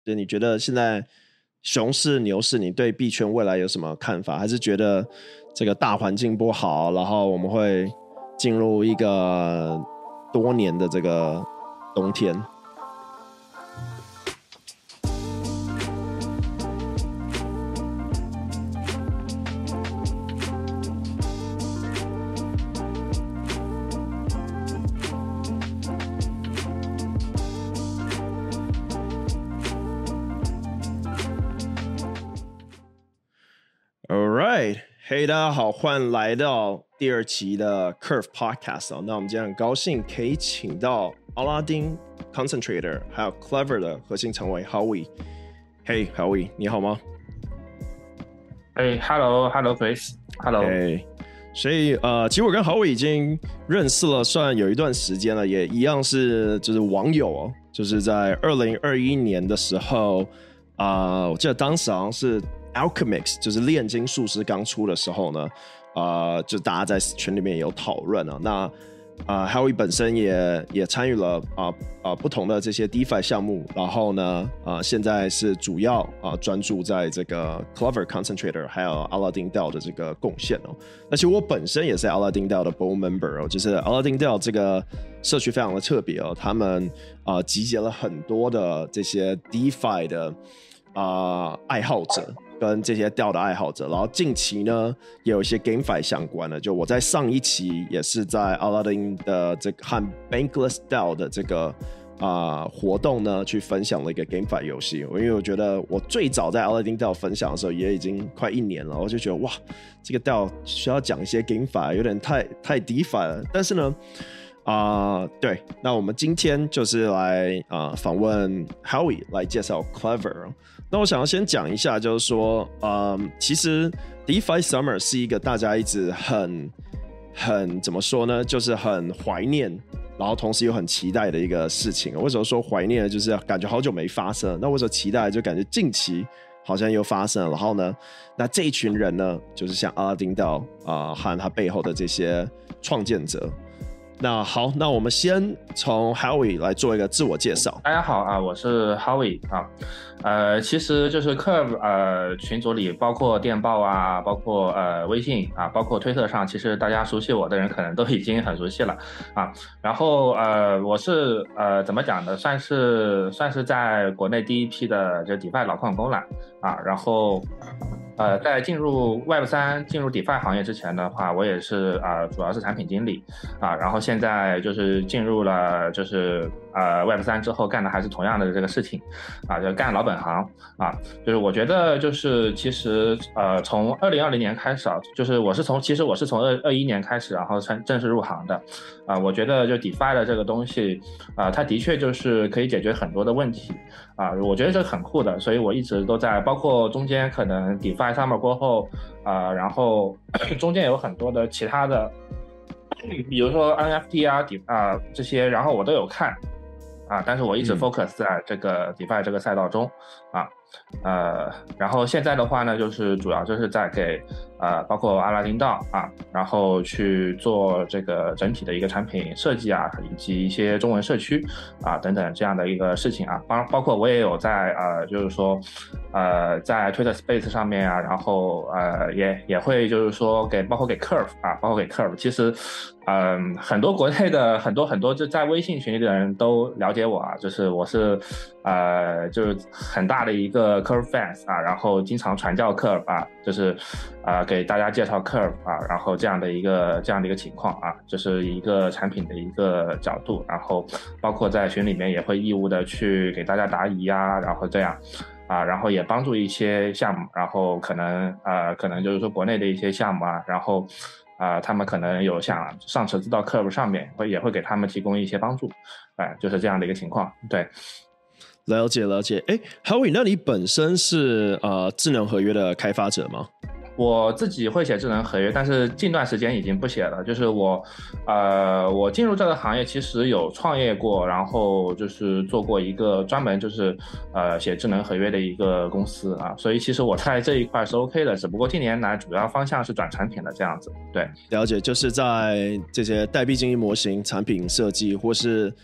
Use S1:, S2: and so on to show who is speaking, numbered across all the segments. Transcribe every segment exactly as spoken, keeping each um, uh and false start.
S1: 就你觉得现在熊市牛市，你对币圈未来有什么看法？还是觉得这个大环境不好，然后我们会进入一个多年的这个冬天？Alright， 嘿、hey, 大家好，欢迎来到第二期的 Curve Podcast、哦、那我们今天很高兴可以请到阿拉丁 Concentrator 还有 Clever 的核心成员 Howie。嘿、hey, Howie， 你好吗？
S2: 哎、hey, ，Hello Hello Chris，Hello。
S1: Hey, 所以呃，其实我跟 Howie 已经认识了，算有一段时间了，也一样是就是网友哦，就是在二零二一年的时候啊、呃，我记得当时好像是。Alchemix 就是炼金术师刚出的时候呢，呃，就大家在群里面也有讨论啊。那啊、呃、，Howie 本身也也参与了啊啊、呃呃、不同的这些 DeFi 项目，然后呢，呃，现在是主要啊、呃、专注在这个 Clever Concentrator 还有 Aladdin DAO 的这个贡献哦。那其实我本身也是 Aladdin DAO 的 Board Member 哦，就是 Aladdin DAO 这个社区非常的特别哦，他们啊、呃、集结了很多的这些 DeFi 的啊、呃、爱好者。跟这些DAO的爱好者，然后近期呢也有一些 GameFi 相关的，就我在上一期也是在 Aladdin 的这个和 Bankless DAO 的这个啊、呃、活动呢去分享了一个 GameFi 游戏，因为我觉得我最早在 Aladdin DAO 分享的时候也已经快一年了，我就觉得哇，这个 DAO 需要讲一些 GameFi 有点太太 DeFi 了，但是呢。啊、呃，对，那我们今天就是来啊访、呃、问 Howie 来介绍 Clever。那我想要先讲一下，就是说，嗯，其实 DeFi Summer 是一个大家一直很很怎么说呢，就是很怀念，然后同时又很期待的一个事情。为什么说怀念？就是感觉好久没发生，那为什么期待？就感觉近期好像又发生了。然后呢，那这一群人呢，就是像阿拉丁DAO啊和他背后的这些创建者。那好，那我们先从 Howie 来做一个自我介绍。
S2: 大家好啊，我是 Howie 啊，呃，其实就是 Curve 呃群组里，包括电报啊，包括呃微信啊，包括推特上，其实大家熟悉我的人可能都已经很熟悉了啊。然后呃，我是呃怎么讲呢？算是算是在国内第一批的就 DeFi 老矿工了啊。然后呃，在进入 Web 三、进入 DeFi 行业之前的话，我也是啊、呃，主要是产品经理啊。然后现在就是进入了就是呃 Web 三之后，干的还是同样的这个事情啊，就干老本行啊。就是我觉得就是其实呃从二零二零年开始啊，就是我是从其实我是从二二一年开始，然后正式入行的啊。我觉得就 DeFi 的这个东西啊，它的确就是可以解决很多的问题啊，我觉得这很酷的，所以我一直都在，包括中间可能 DeFi Summer 过后啊、呃，然后中间有很多的其他的，比如说 N F T 啊、啊、呃、这些，然后我都有看啊，但是我一直 focus 在这个 DeFi 这个赛道中啊，呃，然后现在的话呢，就是主要就是在给呃包括阿拉丁DAO啊，然后去做这个整体的一个产品设计啊，以及一些中文社区啊等等这样的一个事情啊，包包括我也有在呃就是说呃在 Twitter Space 上面啊，然后呃也也会就是说给包括给 Curve 啊，包括给 Curve， 其实嗯、呃、很多国内的很多很多就在微信群里的人都了解我啊，就是我是呃就是很大的一个 Curve fans 啊，然后经常传教 Curve 啊，就是呃给大家介绍 Curve 啊，然后这样的一个这样的一个情况啊，就是一个产品的一个角度，然后包括在群里面也会义务的去给大家答疑啊，然后这样啊，然后也帮助一些项目，然后可能呃可能就是说国内的一些项目啊，然后啊、呃、他们可能有想上车子到 Curve 上面，会也会给他们提供一些帮助，哎、呃，就是这样的一个情况，对。
S1: 了解了解，哎 ，Howie， 那你本身是呃智能合约的开发者吗？
S2: 我自己会写智能合约，但是近段时间已经不写了。就是我，呃，我进入这个行业其实有创业过，然后就是做过一个专门就是呃写智能合约的一个公司啊，所以其实我在这一块是 OK 的，只不过近年来主要方向是转产品的这样子。对，
S1: 了解，就是在这些代币经济模型、产品设计或是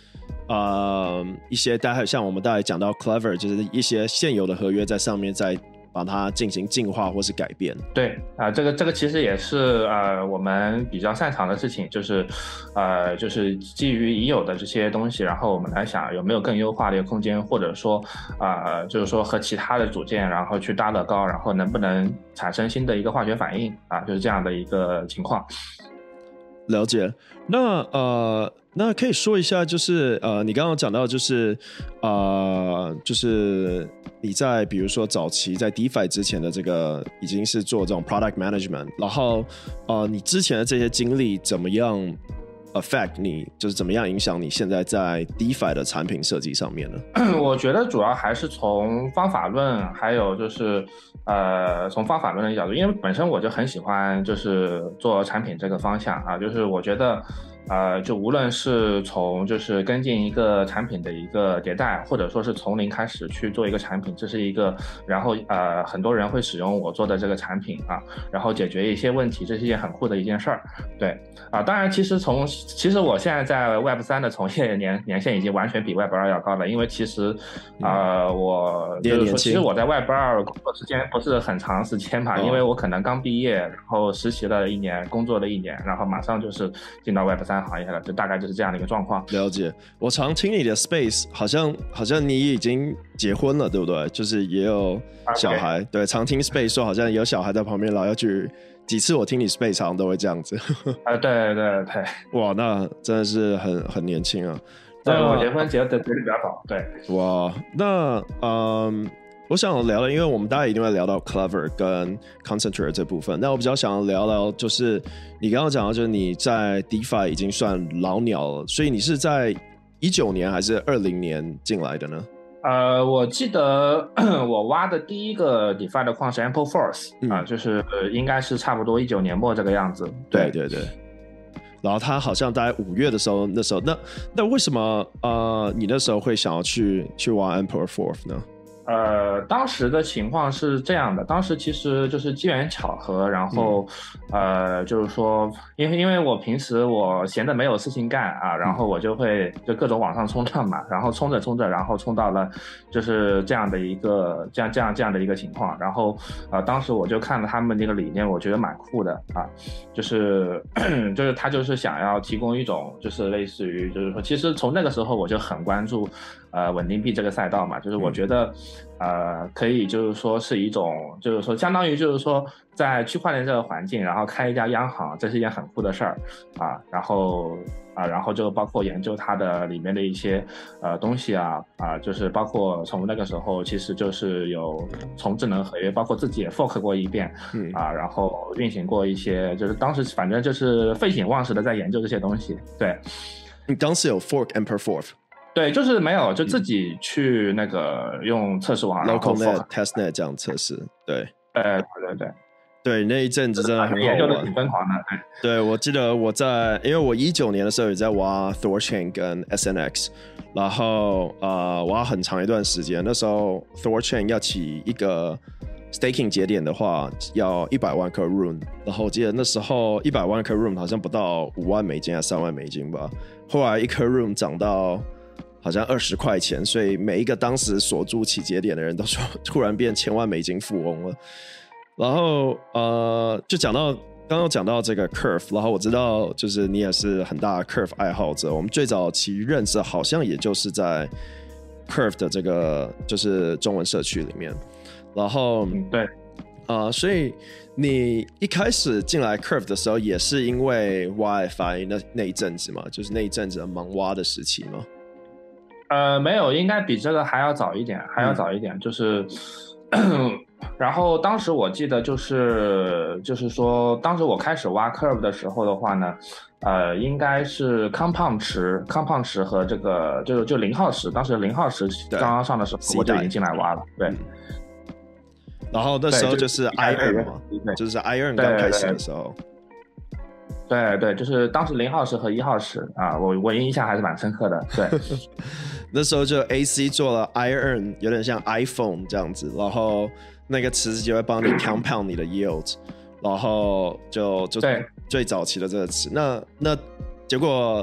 S1: 呃一些待会像我们待会讲到 Clever， 就是一些现有的合约在上面再把它进行进化或是改变。
S2: 对啊、呃，这个这个其实也是呃我们比较擅长的事情，就是呃就是基于已有的这些东西，然后我们来想有没有更优化的一个空间，或者说呃就是说和其他的组件然后去搭乐高，然后能不能产生新的一个化学反应啊，就是这样的一个情况。
S1: 了解。那呃，那可以说一下，就是呃，你刚刚讲到，就是呃，就是你在比如说早期在 DeFi 之前的这个已经是做这种 product management， 然后呃，你之前的这些经历怎么样 affect 你，就是怎么样影响你现在在 DeFi 的产品设计上面呢？
S2: 我觉得主要还是从方法论，还有就是呃，从方法论的角度，因为本身我就很喜欢就是做产品这个方向啊，就是我觉得呃，就无论是从就是跟进一个产品的一个迭代，或者说是从零开始去做一个产品，这是一个，然后呃，很多人会使用我做的这个产品啊，然后解决一些问题，这是一件很酷的一件事儿，对啊，当然其实从其实我现在在 Web 三的从业年年限已经完全比 Web 二要高了，因为其实呃，我就是说，其实我在 Web 二工作时间不是很长时间吧，因为我可能刚毕业，然后实习了一年，工作了一年，然后马上就是进到 Web 三行业了，就大概就是这样的一个状况。
S1: 了解。我常听你的 Space， 好像好像你已经结婚了，对不对？就是也有小孩， okay. 对，常听 Space 说好像有小孩在旁边，然后要去几次我听你 Space 好像都会这样子。
S2: 啊、呃，对对对。
S1: 哇，那真的是很很年轻啊。
S2: 对，我结婚结的结的比较早，对。
S1: 哇，那嗯，我想聊聊，因为我们大家一定会聊到 Clever 跟 Concentrate 这部分。那我比较想聊聊，就是你刚刚讲到，就是你在 DeFi 已经算老鸟了，所以你是在一九年还是二零年进来的呢？
S2: 呃，我记得我挖的第一个 DeFi 的矿是 Ample Force 啊、嗯呃，就是应该是差不多一九年末这个样子。
S1: 对对对。然后他好像大概五月的时候，那时候那那为什么呃你那时候会想要去去玩 Emperor Fourth 呢？
S2: 呃，当时的情况是这样的，当时其实就是机缘巧合，然后、嗯、呃，就是说，因为因为我平时我闲的没有事情干啊，然后我就会就各种网上冲浪嘛，然后冲着冲着，然后冲到了就是这样的一个这样这样这样的一个情况，然后呃，当时我就看了他们那个理念，我觉得蛮酷的啊，就是就是他就是想要提供一种就是类似于就是说，其实从那个时候我就很关注呃稳定币这个赛道嘛，就是我觉得。嗯呃，可以就是说是一种，就是说相当于就是说在区块链这个环境，然后开一家央行，这是一件很酷的事儿啊。然后啊，然后就包括研究它的里面的一些呃东西啊啊，就是包括从那个时候其实就是有从智能合约，包括自己也 fork 过一遍，嗯啊，然后运行过一些，就是当时反正就是废寝忘食的在研究这些东西。对，
S1: 你当时有 fork Emperor Fourth？
S2: 对，就是没有，就自己去那个用测试网
S1: ，LocalNet、Testnet 这样测试。对，
S2: 呃，对对对，
S1: 对，那一阵子真的很好玩，
S2: 研究的挺疯狂的。
S1: 对，我记得我在，因为我一九年的时候也在挖 Thorchain 跟 S N X， 然后呃挖很长一段时间。那时候 Thorchain 要起一个 staking 节点的话，要一百万颗 Rune， 然后我记得那时候一百万颗 Rune 好像不到五万美金还是三万美金吧。后来一颗 Rune 涨到好像二十块钱，所以每一个当时锁住起节点的人都说突然变千万美金富翁了。然后呃，就讲到刚刚讲到这个 Curve， 然后我知道就是你也是很大的 Curve 爱好者。我们最早期认识好像也就是在 Curve 的这个就是中文社区里面。然后、
S2: 嗯、对，
S1: 呃，所以你一开始进来 Curve 的时候，也是因为 Y F I 那那一阵子嘛，就是那一阵子盲挖的时期吗？
S2: 呃，没有，应该比这个还要早一点，还要早一点，嗯、就是，然后当时我记得就是就是说，当时我开始挖 Curve 的时候的话呢，呃，应该是康胖池、康胖池和这个就就零号池，当时零号池刚刚上的时候，我就已经进来挖了，对。嗯、
S1: 然后那时候就是 I 二 嘛，就是 I 二 刚开始的时候。
S2: 对对，就是当时零号池和一号池啊，我我印象还是蛮深刻的。对，
S1: 那时候就 A C 做了 I earn， 有点像 iPhone 这样子，然后那个池子就会帮你 compound 你的 yield， 然后就就最早期的这个池，那那结果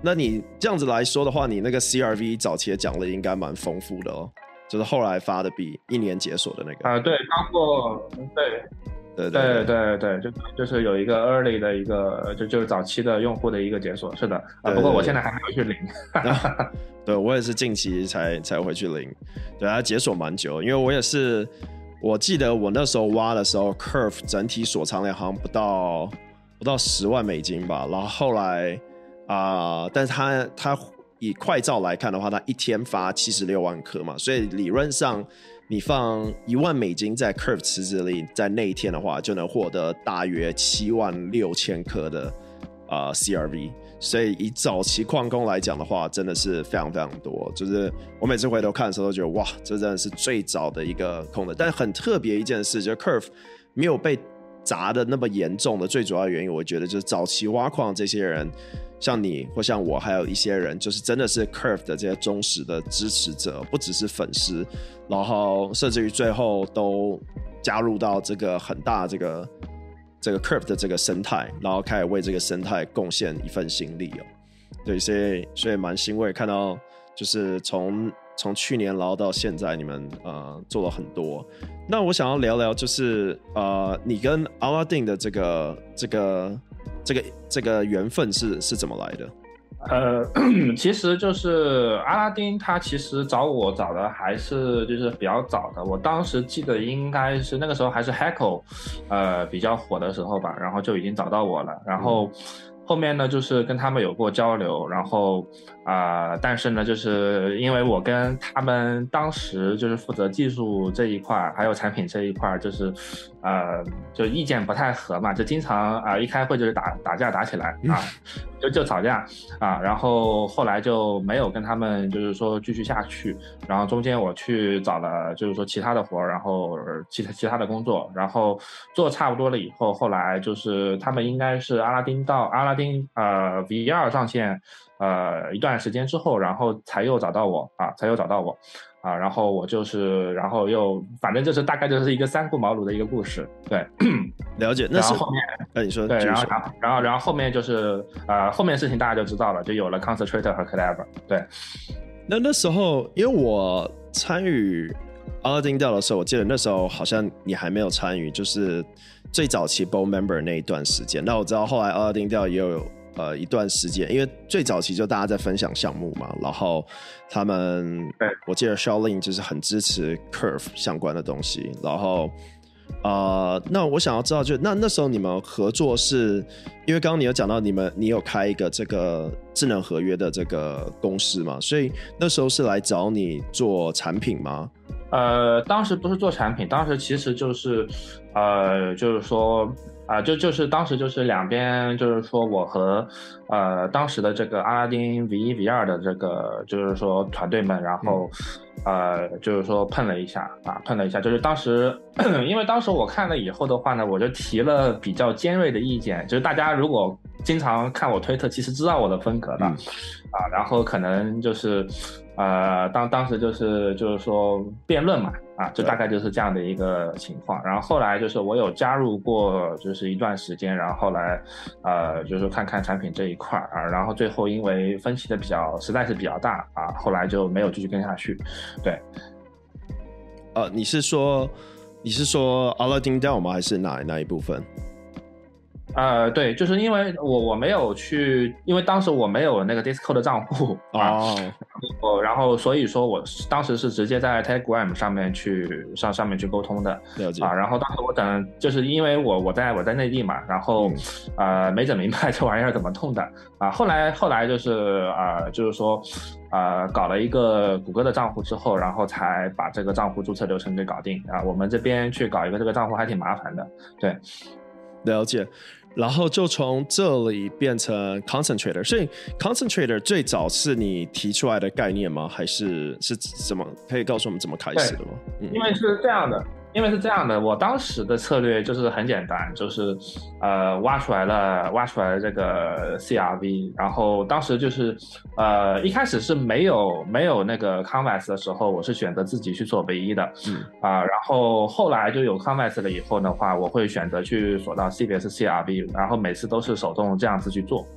S1: 那你这样子来说的话，你那个 C R V 早期的奖励应该蛮丰富的哦，就是后来发的比一年解锁的那个
S2: 啊、呃，对，包括对。
S1: 对
S2: 对对对，就就是有一个 early 的一个，就就是早期的用户的一个解锁，是的啊、呃。不过我现在还没有去领。
S1: 啊、对我也是近期才才回去领，对它解锁蛮久，因为我也是，我记得我那时候挖的时候 ，Curve 整体锁仓量好像不到不到十万美金吧，然后后来啊、呃，但是它它以快照来看的话，它一天发七十六万颗嘛，所以理论上。你放一万美金在 Curve 池子里，在那一天的话，就能获得大约七万六千颗的、呃、C R V。所以以早期矿工来讲的话，真的是非常非常多。就是我每次回头看的时候，都觉得哇，这真的是最早的一个空的。但很特别一件事，就是 Curve 没有被砸的那么严重的最主要原因，我觉得就是早期挖矿这些人。像你或像我，还有一些人，就是真的是 Curve 的这些忠实的支持者，不只是粉丝，然后甚至于最后都加入到这个很大这个这个 Curve 的这个生态，然后开始为这个生态贡献一份心力哦。对，所以所以蛮欣慰看到，就是从从去年然后到现在，你们呃做了很多。那我想要聊聊，就是呃你跟阿拉丁的这个这个。这个这个缘分是是怎么来的？
S2: 呃，其实就是阿拉丁，他其实找我找的还是就是比较早的。我当时记得应该是那个时候还是 Hackle， 呃比较火的时候吧，然后就已经找到我了。然后后面呢，就是跟他们有过交流，然后啊、呃，但是呢，就是因为我跟他们当时就是负责技术这一块，还有产品这一块，就是呃，就意见不太合嘛，就经常啊、呃、一开会就是打打架打起来啊，就就吵架啊，然后后来就没有跟他们就是说继续下去，然后中间我去找了就是说其他的活，然后其他其他的工作，然后做差不多了以后，后来就是他们应该是阿拉丁到阿拉丁呃 V 二上线呃一段时间之后，然后才又找到我啊，才又找到我。啊，然后我就是，然后又反正就是大概就是一个三顾茅庐的一个故事，对，
S1: 了解。那是
S2: 然后后面，
S1: 那你说，
S2: 对，然后然后然后后面就是呃后面事情大家就知道了，就有了 Concentrator 和 Clever， 对。
S1: 那那时候因为我参与阿拉丁调的时候，我记得那时候好像你还没有参与，就是最早期 Board Member 那一段时间。那我知道后来阿拉丁调也有。呃，一段时间，因为最早期就大家在分享项目嘛，然后他们，我记得 Shaolin 就是很支持 Curve 相关的东西，然后，呃，那我想要知道就，就那那时候你们合作是，因为刚刚你有讲到你们，你有开一个这个智能合约的这个公司嘛，所以那时候是来找你做产品吗？
S2: 呃，当时不是做产品，当时其实就是，呃，就是说。啊、呃，就就是当时就是两边，就是说我和呃当时的这个阿拉丁 V 一 V 二的这个就是说团队们，然后、嗯、呃就是说碰了一下啊，碰了一下，就是当时因为当时我看了以后的话呢，我就提了比较尖锐的意见，就是大家如果经常看我推特，其实知道我的风格的、嗯、啊，然后可能就是呃当当时就是就是说辩论嘛。啊，就大概就是这样的一个情况。然后后来就是我有加入过，就是一段时间，然后后来，呃，就是看看产品这一块啊，然后最后因为分歧的比较实在是比较大啊，后来就没有继续跟下去。对，
S1: 呃，你是说你是说 Aladdin Down 吗？还是哪哪一部分？
S2: 呃，对，就是因为我我没有去，因为当时我没有那个 Discord 的账户啊，哦，然后所以说我当时是直接在 Telegram 上面去上上面去沟通的，
S1: 了解
S2: 啊，然后当时我等就是因为我我在我在内地嘛，然后、嗯、呃没整明白这玩意儿怎么弄的啊，后来后来就是啊、呃、就是说呃搞了一个谷歌的账户之后，然后才把这个账户注册流程给搞定啊，我们这边去搞一个这个账户还挺麻烦的，对，
S1: 了解。然后就从这里变成 concentrator， 所以 concentrator 最早是你提出来的概念吗？还是是怎么？可以告诉我们怎么开始的吗？
S2: 嗯、因为是这样的，因为是这样的，我当时的策略就是很简单，就是呃挖出来了，挖出来了这个 C R V， 然后当时就是呃一开始是没有没有那个 Canvas 的时候，我是选择自己去做唯一的，嗯啊、呃，然后后来就有 Canvas 了以后的话，我会选择去锁到 C B S C R V， 然后每次都是手动这样子去做。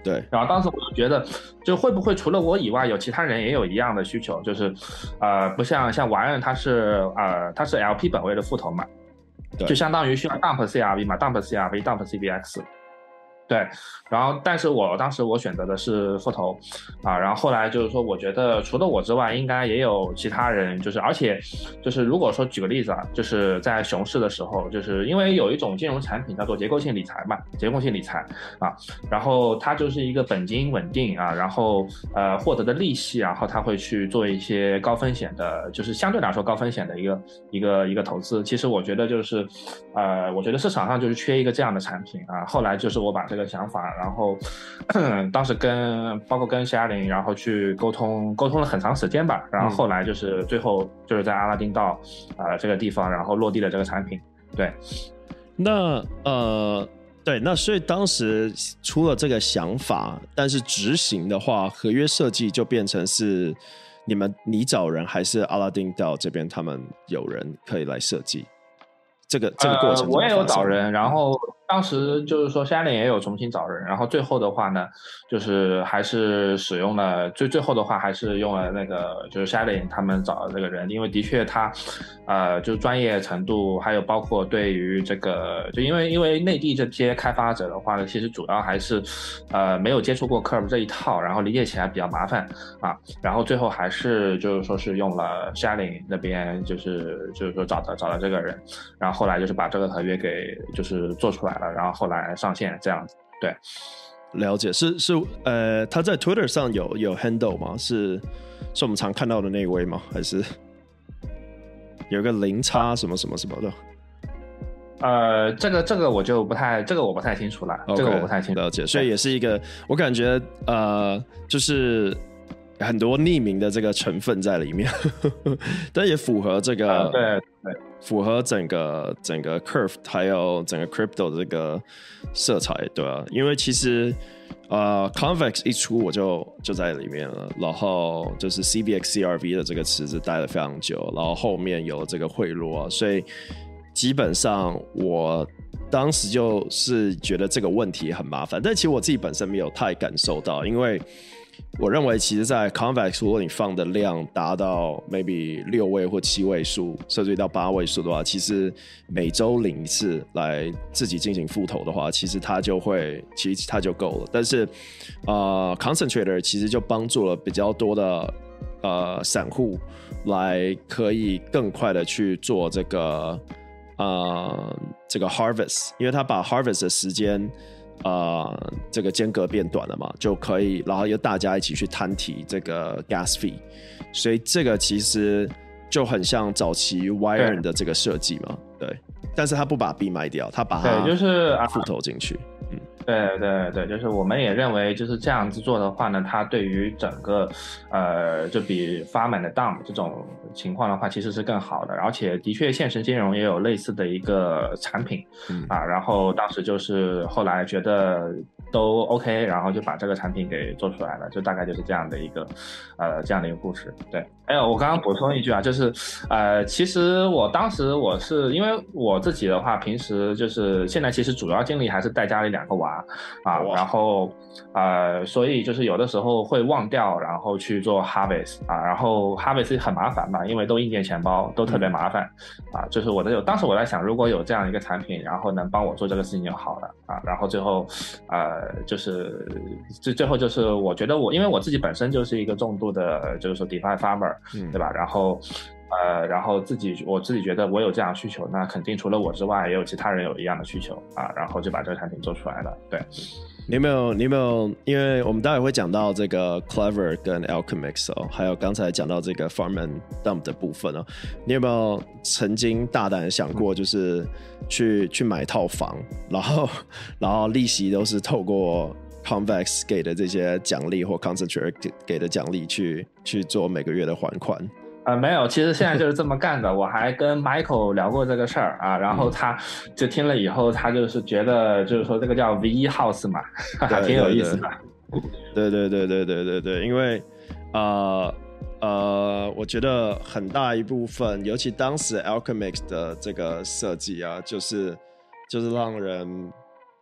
S1: 对。
S2: 然后当时我就觉得，就会不会除了我以外，有其他人也有一样的需求，就是呃，不像像 Wayne 它是呃它是 L P 本位的副头嘛，就相当于需要 dump C R V 嘛 ，dump C R V，dump C V X。对，然后但是我当时我选择的是副头啊，然后后来就是说，我觉得除了我之外，应该也有其他人，就是而且就是如果说举个例子啊，就是在熊市的时候，就是因为有一种金融产品叫做结构性理财嘛，结构性理财啊，然后它就是一个本金稳定啊，然后呃获得的利息，然后它会去做一些高风险的，就是相对来说高风险的一个一个一个投资。其实我觉得就是呃，我觉得市场上就是缺一个这样的产品啊，后来就是我把这个这个想法，然后当时跟包括跟夏琳，然后去沟通沟通了很长时间吧，然后后来就是最后就是在阿拉丁道啊、呃、这个地方，然后落地了这个产品。对，
S1: 那呃对，那所以当时出了这个想法，但是执行的话，合约设计就变成是你们你找人，还是阿拉丁道这边他们有人可以来设计？这个这个过程、
S2: 呃、我也有找人，然后当时就是说夏琳也有重新找人，然后最后的话呢，就是还是使用了最最后的话还是用了那个就是夏琳他们找的这个人，因为的确他呃就是专业程度，还有包括对于这个就因为因为内地这些开发者的话呢，其实主要还是呃没有接触过 Curve 这一套，然后理解起来比较麻烦啊，然后最后还是就是说是用了夏琳那边就是就是说找的找的这个人，然后后来就是把这个合约给就是做出来了，然后后来上线这样子。对，
S1: 了解。是是呃，他在 Twitter 上有有 handle 吗？是是我们常看到的那一位吗？还是有一个零叉什么什么什么的？
S2: 呃，这个这个我就不太，这个我不太清楚了。Okay, 这个我不太清楚。
S1: 了解，所以也是一个，我感觉呃，就是很多匿名的这个成分在里面，但也符合这个、
S2: 呃、对对，
S1: 符合整个整个 Curve 还有整个 Crypto 的这个色彩，对吧、啊？因为其实呃 Convex 一出我就就在里面了，然后就是 C V X C R V 的这个池子待了非常久，然后后面有这个贿赂啊，所以基本上我当时就是觉得这个问题很麻烦，但其实我自己本身没有太感受到，因为我认为其实在 Convex 如果你放的量达到 maybe 六位或七位数甚至到八位数的话，其实每周领一次来自己进行复投的话，其实它就会其实它就够了。但是呃 Concentrator 其实就帮助了比较多的呃散户来可以更快的去做这个呃这个 harvest， 因为他把 harvest 的时间呃，这个间隔变短了嘛，就可以，然后又大家一起去摊提这个 gas fee， 所以这个其实就很像早期 Wire 的这个设计嘛， 对, 对，但是他不把币卖掉，他把它就是复投进去，嗯，
S2: 对对对，就是我们也认为就是这样子做的话呢，它对于整个呃就比 Farm and Dump 这种情况的话其实是更好的，而且的确现实金融也有类似的一个产品、嗯、啊，然后当时就是后来觉得都 OK， 然后就把这个产品给做出来了，就大概就是这样的一个呃这样的一个故事。对，哎呦，我刚刚补充一句啊，就是呃其实我当时我是因为我自己的话，平时就是现在其实主要精力还是带家里两个娃啊，然后呃所以就是有的时候会忘掉，然后去做 harvest 啊，然后 harvest 很麻烦嘛，因为都硬件钱包都特别麻烦、嗯、啊，就是我的有当时我在想，如果有这样一个产品，然后能帮我做这个事情就好了啊，然后最后呃就是最最后就是我觉得我因为我自己本身就是一个重度的就是说 DeFi farmer、嗯、对吧，然后呃，然后自己我自己觉得我有这样的需求，那肯定除了我之外，也有其他人有一样的需求啊，然后就把这个产品做出来了。对，
S1: 你有没有？你有没有？因为我们待会会讲到这个 Clever 跟 Alchemix 哦，还有刚才讲到这个 Farm and Dump 的部分哦，你有没有曾经大胆的想过，就是去、嗯、去买套房，然后然后利息都是透过 Convex 给的这些奖励或 Concentrator 给的奖励去去做每个月的还款？
S2: 呃，没有，其实现在就是这么干的。我还跟 Michael 聊过这个事儿啊，然后他就听了以后，他就是觉得，就是说这个叫 V 一 House 嘛，还挺有意思的。
S1: 对对对对对对对，因为呃呃，我觉得很大一部分，尤其当时 Alchemix 的这个设计啊，就是就是让人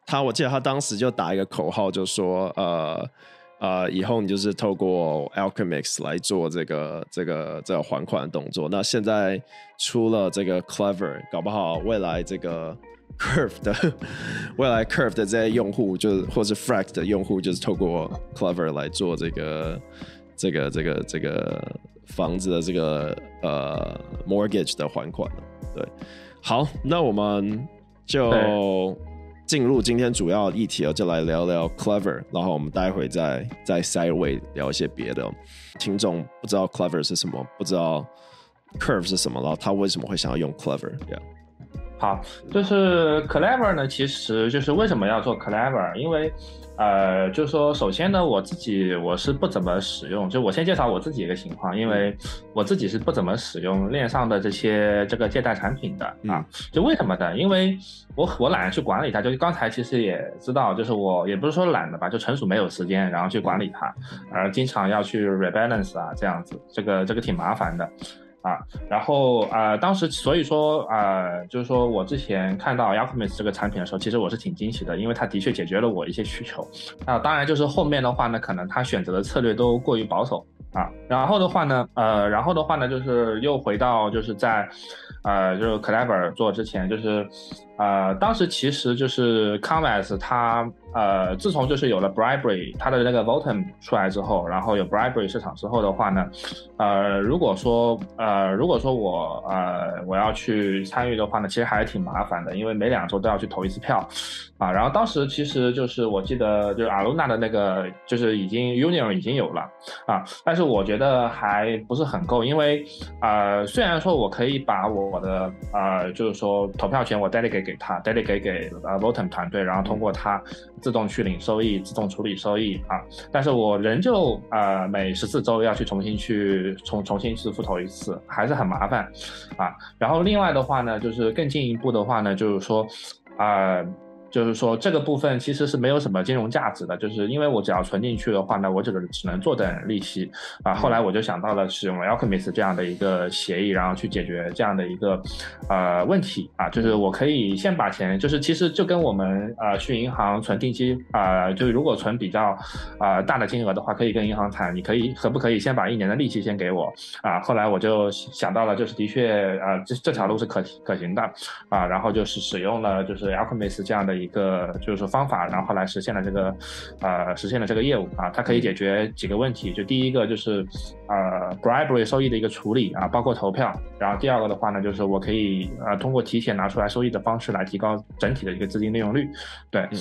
S1: 他我记得他当时就打一个口号，就说呃呃，以后你就是透过 Alchemix 来做这个这个这个还款的动作。那现在出了这个 Clever， 搞不好未来这个 Curve 的未来 Curve 的这些用户，就是或是 Fract 的用户，就是透过 Clever 来做这个这个这个这个房子的这个呃 mortgage 的还款。对，好，那我们就进入今天主要议题，就来聊聊 Clever， 然后我们待会再再 sideway 聊一些别的。听众不知道 Clever 是什么，不知道 Curve 是什么，然后他为什么会想要用 Clever。Yeah.
S2: 好，就是 Clever 呢，其实就是为什么要做 Clever， 因为呃，就是说，首先呢，我自己我是不怎么使用，就我先介绍我自己一个情况，因为我自己是不怎么使用链上的这些这个借贷产品的啊。就为什么呢？因为我我懒得去管理它，就刚才其实也知道，就是我也不是说懒的吧，就纯属没有时间，然后去管理它，而经常要去 rebalance 啊，这样子，这个这个挺麻烦的。啊，然后呃，当时所以说呃，就是说我之前看到 Alchemix 这个产品的时候，其实我是挺惊喜的，因为它的确解决了我一些需求。啊，当然就是后面的话呢，可能它选择的策略都过于保守啊。然后的话呢，呃，然后的话呢，就是又回到就是在呃，就是 Clever 做之前，就是呃，当时其实就是 Convex 它呃，自从就是有了 Bribery 它的那个 Votem 出来之后，然后有 Bribery 市场之后的话呢，呃，如果说呃，如果说我呃我要去参与的话呢，其实还是挺麻烦的，因为每两周都要去投一次票啊。然后当时其实就是我记得就是 Aluna 的那个就是已经 Union 已经有了啊，但是我觉得还不是很够，因为呃虽然说我可以把我的呃就是说投票权我 delegate 给他 delegate 给呃 Votem 团队，然后通过他自动去领收益，自动处理收益啊，但是我仍旧呃每十四周要去重新去重重新去复投一次，还是很麻烦啊。然后另外的话呢，就是更进一步的话呢，就是说啊。呃就是说这个部分其实是没有什么金融价值的，就是因为我只要存进去的话呢，我这个只能坐等利息啊。后来我就想到了使用 Alchemix 这样的一个协议，然后去解决这样的一个呃问题啊，就是我可以先把钱，就是其实就跟我们呃去银行存定期啊、呃，就是如果存比较啊、呃、大的金额的话，可以跟银行谈，你可以可不可以先把一年的利息先给我啊？后来我就想到了，就是的确啊、呃、这这条路是可可行的啊，然后就是使用了就是 Alchemix 这样的一个就是说方法，然后后来实现了这个呃实现了这个业务啊，它可以解决几个问题，就第一个就是呃 bribery 收益的一个处理啊，包括投票，然后第二个的话呢，就是我可以呃通过提前拿出来收益的方式来提高整体的一个资金利用率，对。嗯、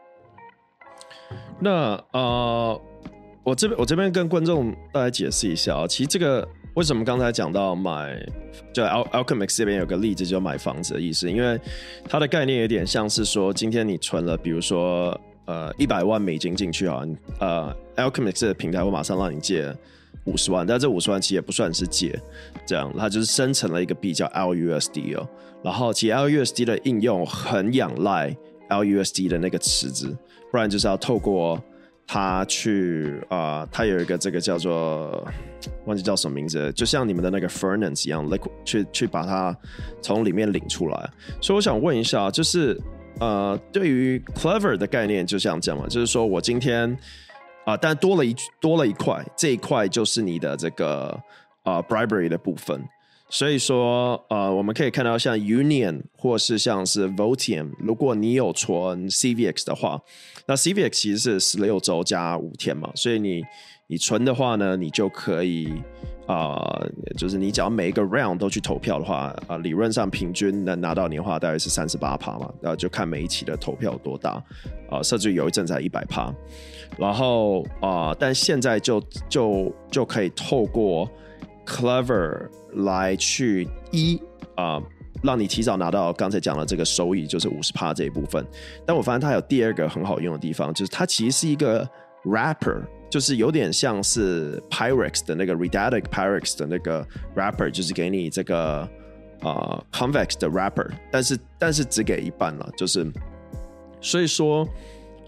S1: 那呃，我这边我这边跟观众大家解释一下啊，其实这个为什么刚才讲到买，就 Alchemix 这边有个例子，就买房子的意思，因为它的概念有点像是说，今天你存了，比如说呃一百万美金进去啊，呃 Alchemix 的平台会马上让你借五十万，但这五十万其实也不算是借，这样它就是生成了一个币叫 L U S D 哦，然后其实 L U S D 的应用很仰赖 L U S D 的那个池子，不然就是要透过它去啊、呃，它有一个这个叫做忘记叫什么名字，就像你们的那个 Furnace 一样 ，liquid 去去把它从里面领出来。所以我想问一下，就是呃，对于 Clever 的概念就像这样嘛，就是说我今天啊、呃，但多了一多了一块，这一块就是你的这个啊、呃、bribery 的部分。所以说，呃，我们可以看到像 Union 或是像是 Votium， 如果你有存 C V X 的话，那 C V X 其实是十六周加五天嘛，所以你你存的话呢，你就可以啊、呃，就是你只要每一个 round 都去投票的话，啊、呃，理论上平均能拿到年化大概是 百分之三十八 嘛，然后就看每一期的投票有多大，啊、呃，甚至有一阵才 百分之百，然后啊、呃，但现在就就就可以透过Clever 来去一啊、呃，让你提早拿到刚才讲的这个收益，就是 百分之五十 这一部分。但我发现它有第二个很好用的地方，就是它其实是一个 wrapper， 就是有点像是 Pyrex 的那个 Redatic Pyrex 的那个 wrapper， 就是给你这个呃 Convex 的 wrapper， 但是但是只给一半了，就是所以说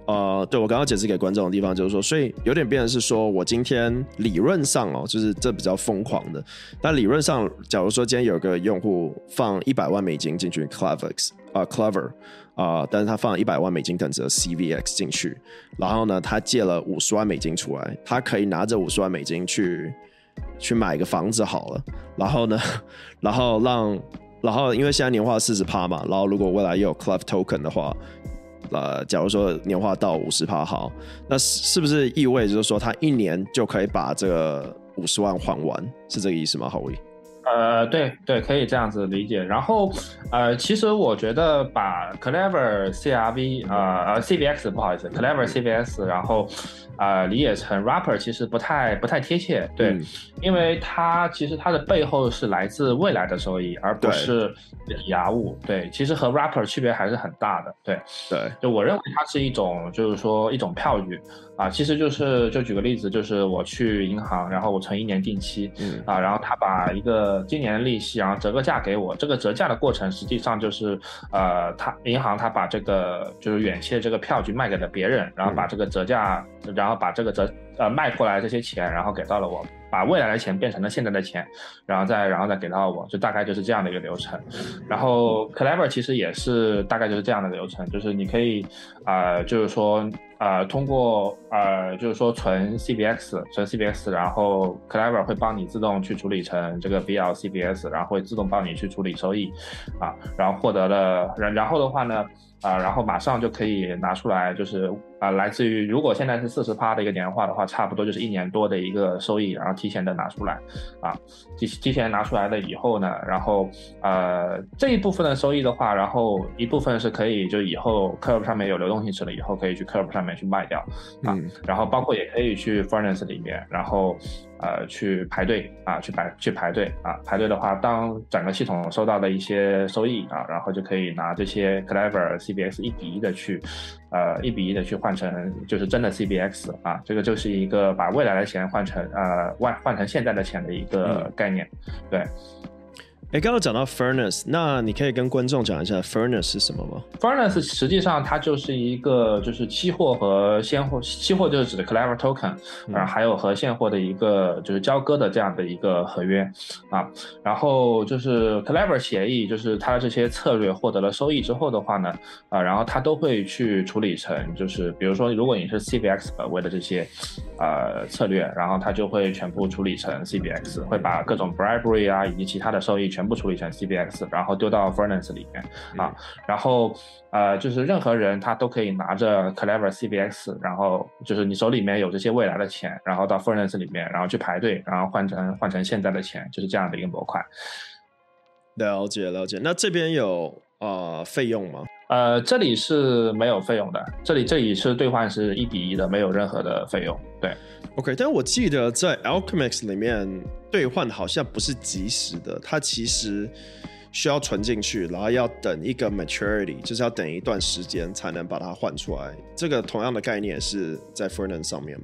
S1: 呃，对我刚刚解释给观众的地方就是说，所以有点变成是说我今天理论上哦，就是这比较疯狂的，但理论上，假如说今天有个用户放一百万美金进去 Clever 啊、呃、Clever 啊、呃，但是他放一百万美金等值的 C V X 进去，然后呢，他借了五十万美金出来，他可以拿着五十万美金去去买个房子好了，然后呢，然后让然后因为现在年化 百分之四十 嘛，然后如果未来又有 Clever Token 的话。呃，假如说年化到 百分之五十 好，那是不是意味着就是说他一年就可以把这个五十万还完？是这个意思吗，Howie？
S2: 呃，对对，可以这样子理解。然后，呃，其实我觉得把 Clever C R V 呃呃 C V X 不好意思 ，Clever C V X， 然后呃理解成 Wrapper 其实不太不太贴切，对，嗯、因为它其实它的背后是来自未来的收益，而不是抵押物。对，其实和 Wrapper 区别还是很大的。对
S1: 对，
S2: 就我认为它是一种就是说一种票据。啊，其实就是就举个例子，就是我去银行，然后我存一年定期，嗯啊，然后他把一个今年的利息，然后折个价给我，这个折价的过程实际上就是，呃，他银行他把这个就是远期的这个票据卖给了别人，然后把这个折价，嗯、然后把这个折呃卖过来这些钱，然后给到了我。把未来的钱变成了现在的钱，然后再然后再给到我，就大概就是这样的一个流程。然后 Clever 其实也是大概就是这样的流程，就是你可以呃就是说呃通过呃就是说存 C B X 存 C B X， 然后 Clever 会帮你自动去处理成这个 B L C B S， 然后会自动帮你去处理收益啊，然后获得了然然后的话呢啊、呃，然后马上就可以拿出来，就是啊、呃，来自于如果现在是 百分之四十 的一个年化的话，差不多就是一年多的一个收益，然后提前的拿出来，啊，提提前拿出来了以后呢，然后呃这一部分的收益的话，然后一部分是可以就以后 Curve 上面有流动性池了以后，可以去 Curve 上面去卖掉啊，嗯、然后包括也可以去 Furnace 里面，然后。呃，去排队啊，去排去排队啊，排队的话，当整个系统收到的一些收益啊，然后就可以拿这些 Clever C B X 一比一的去，呃，一比一的去换成就是真的 C B X 啊，这个就是一个把未来的钱换成呃换换成现在的钱的一个概念，嗯、对。
S1: 哎，刚刚讲到 Furnace， 那你可以跟观众讲一下 Furnace 是什么吗
S2: ？Furnace 实际上它就是一个就是期货和现货，期货就是指的 Clever Token，嗯、然后还有和现货的一个就是交割的这样的一个合约啊。然后就是 Clever 协议，就是它的这些策略获得了收益之后的话呢，啊，然后它都会去处理成就是比如说如果你是 C B X 本位的这些呃策略，然后它就会全部处理成 C B X， 会把各种 bribery 啊以及其他的收益全部处理成 C B X， 然后丢到 Furnace 里面啊，然后呃，就是任何人他都可以拿着 Clever C B X， 然后就是你手里面有这些未来的钱，然后到 Furnace 里面，然后去排队，然后换成换成现在的钱，就是这样的一个模块。
S1: 了解了解，那这边有呃费用吗？
S2: 呃，这里是没有费用的，这里这里是兑换是一比一的，没有任何的费用。对
S1: ，OK， 但我记得在 Alchemix 里面兑换好像不是即时的，它其实需要存进去，然后要等一个 maturity， 就是要等一段时间才能把它换出来。这个同样的概念是在 Furnace 上面吗？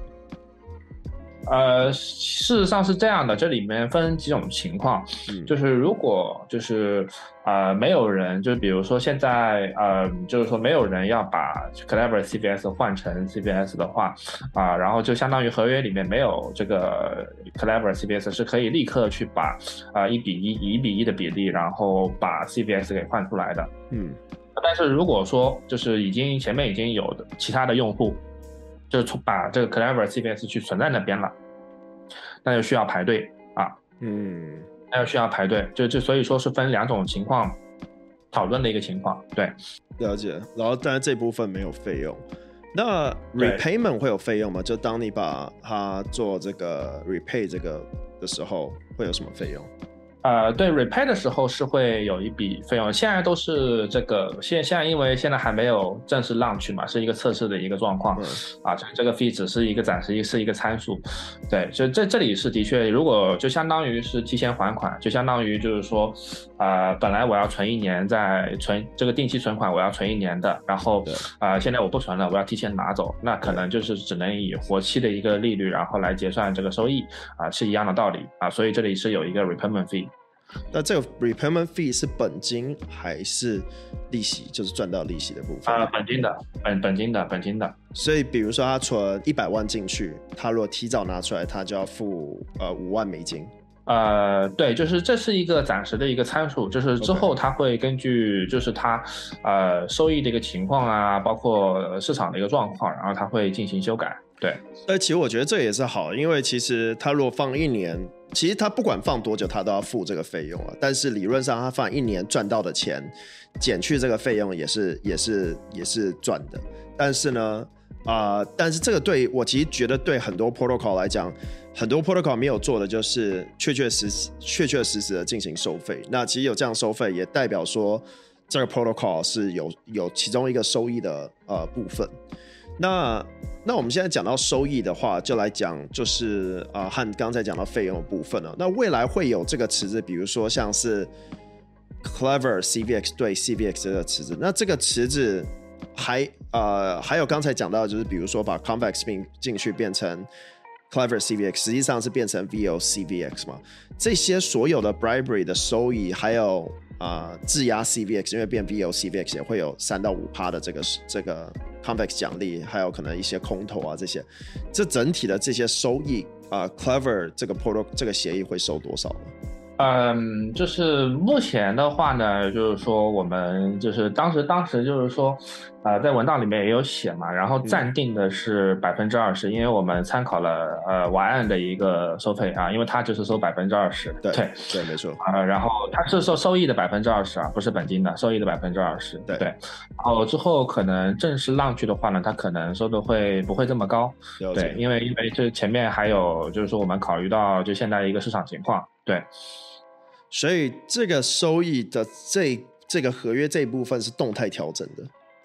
S2: 呃，事实上是这样的，这里面分几种情况，嗯、就是如果就是呃没有人，就是比如说现在呃就是说没有人要把 Clever C B S 换成 C B S 的话啊、呃，然后就相当于合约里面没有这个 Clever C B S 是可以立刻去把啊一比一以一比一的比例，然后把 C B S 给换出来的，嗯，但是如果说就是已经前面已经有的其他的用户。就是把这个 Clever C B S 去存在那边了，那就需要排队啊，嗯，那就需要排队，就就所以说是分两种情况讨论的一个情况，对，
S1: 了解。然后当然这部分没有费用，那 repayment 会有费用吗？就当你把它做这个 repay 这个的时候，会有什么费用？
S2: 呃，对 repay 的时候是会有一笔费用，现在都是这个现现在因为现在还没有正式 launch 嘛，是一个测试的一个状况，嗯、啊，这个 fee 只是一个暂时是一个参数，对，就这这里是的确，如果就相当于是提前还款，就相当于就是说，呃，本来我要存一年，在存这个定期存款我要存一年的，然后啊、呃，现在我不存了，我要提前拿走，那可能就是只能以活期的一个利率，然后来结算这个收益啊，是一样的道理啊，所以这里是有一个 repayment fee。
S1: 那这个 repayment fee 是本金还是利息？就是赚到利息的部分
S2: 啊、呃，本金的，本本金的，本金的。
S1: 所以，比如说他存一百万进去，他如果提早拿出来，他就要付呃五万美金。
S2: 呃，对，就是这是一个暂时的一个参数，就是之后它会根据就是它呃收益的一个情况啊，包括市场的一个状况，然后它会进行修改。对，
S1: 呃，其实我觉得这也是好，因为其实他如果放一年，其实他不管放多久，他都要付这个费用了。但是理论上，他放一年赚到的钱减去这个费用也是也是也是赚的。但是呢，啊、呃，但是这个对我其实觉得对很多 protocol 来讲，很多 protocol 没有做的就是确确实实、确确实实的进行收费。那其实有这样收费，也代表说这个 protocol 是有有其中一个收益的呃部分。那那我们现在讲到收益的话，就来讲就是呃和刚才讲到费用的部分了。那未来会有这个池子，比如说像是 Clever C V X 对 C V X 这个池子，那这个池子还呃还有刚才讲到的就是比如说把 Convex Spin 进去变成 Clever C V X， 实际上是变成 V O C V X 嘛。这些所有的 bribery 的收益，还有呃质押 C V X， 因为变 V O C V X 也会有三到五趴的这个这个 Convex 奖励，还有可能一些空投啊这些，这整体的这些收益啊、呃、，Clever 这个 protocol 这个协议会收多少呢？
S2: 嗯，就是目前的话呢，就是说我们就是当时当时就是说，呃，在文档里面也有写嘛，然后暂定的是百分之二十，因为我们参考了呃 Y 岸的一个收费啊，因为它就是收百分之二十，
S1: 对对对，没错
S2: 啊、呃，然后它是收收益的百分之二十啊，不是本金的，收益的百分之二十，对对，然后之后可能正式浪去的话呢，它可能收的会不会这么高，对，因为因为这前面还有就是说我们考虑到就现在的一个市场情况，对。
S1: 所以这个收益的这这个合约这一部分是动态调整的，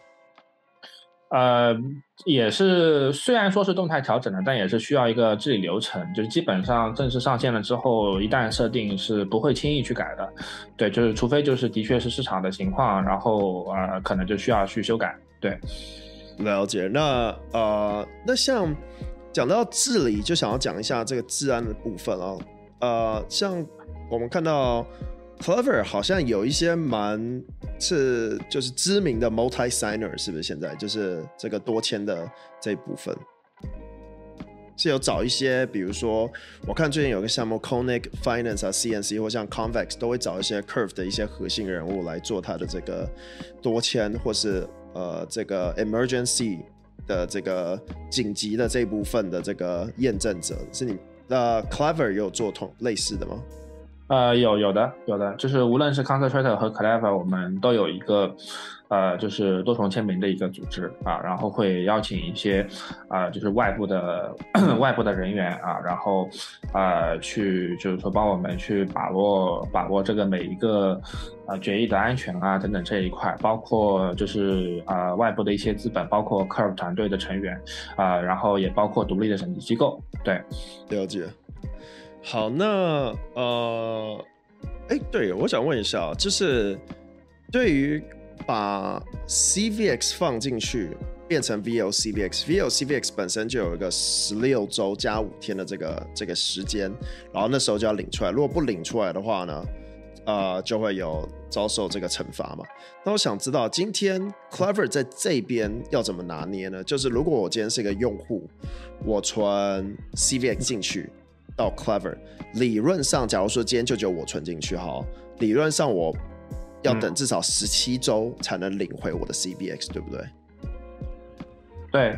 S2: 呃，也是虽然说是动态调整的，但也是需要一个治理流程，就是基本上正式上线了之后，一旦设定是不会轻易去改的，对，就是除非就是的确是市场的情况，然后呃可能就需要去修改，对。
S1: 了解。那呃，那像讲到治理，就想要讲一下这个治安的部分哦，呃，像。我们看到 Clever 好像有一些蛮是就是知名的 multi-signer， 是不是？现在就是这个多签的这一部分是有找一些，比如说我看最近有个项目 Conic Finance 啊 C N C 或像 Convex 都会找一些 Curve 的一些核心人物来做他的这个多签或是呃这个 emergency 的这个紧急的这一部分的这个验证者，是你那 Clever 有做同类似的吗？
S2: 呃，有有的有的，就是无论是 Concentrator 和 Clever， 我们都有一个呃，就是多重签名的一个组织啊，然后会邀请一些啊、呃，就是外部的外部的人员啊，然后呃，去就是说帮我们去把握把握这个每一个呃决议的安全啊等等这一块，包括就是啊、呃、外部的一些资本，包括 Curve 团队的成员啊、呃，然后也包括独立的审计机构，对，
S1: 了解。好，那呃，哎，对，我想问一下，就是对于把 C V X 放进去变成 V O C V X，V O C V X 本身就有一个十六周加五天的这个这个时间，然后那时候就要领出来，如果不领出来的话呢，呃，就会有遭受这个惩罚嘛。那我想知道，今天 Clever 在这边要怎么拿捏呢？就是如果我今天是一个用户，我存 C V X 进去。到 Clever， 理论上，假如说今天就只有我存进去，好，理论上我要等至少十七周才能领回我的 C V X， 对不对？
S2: 对。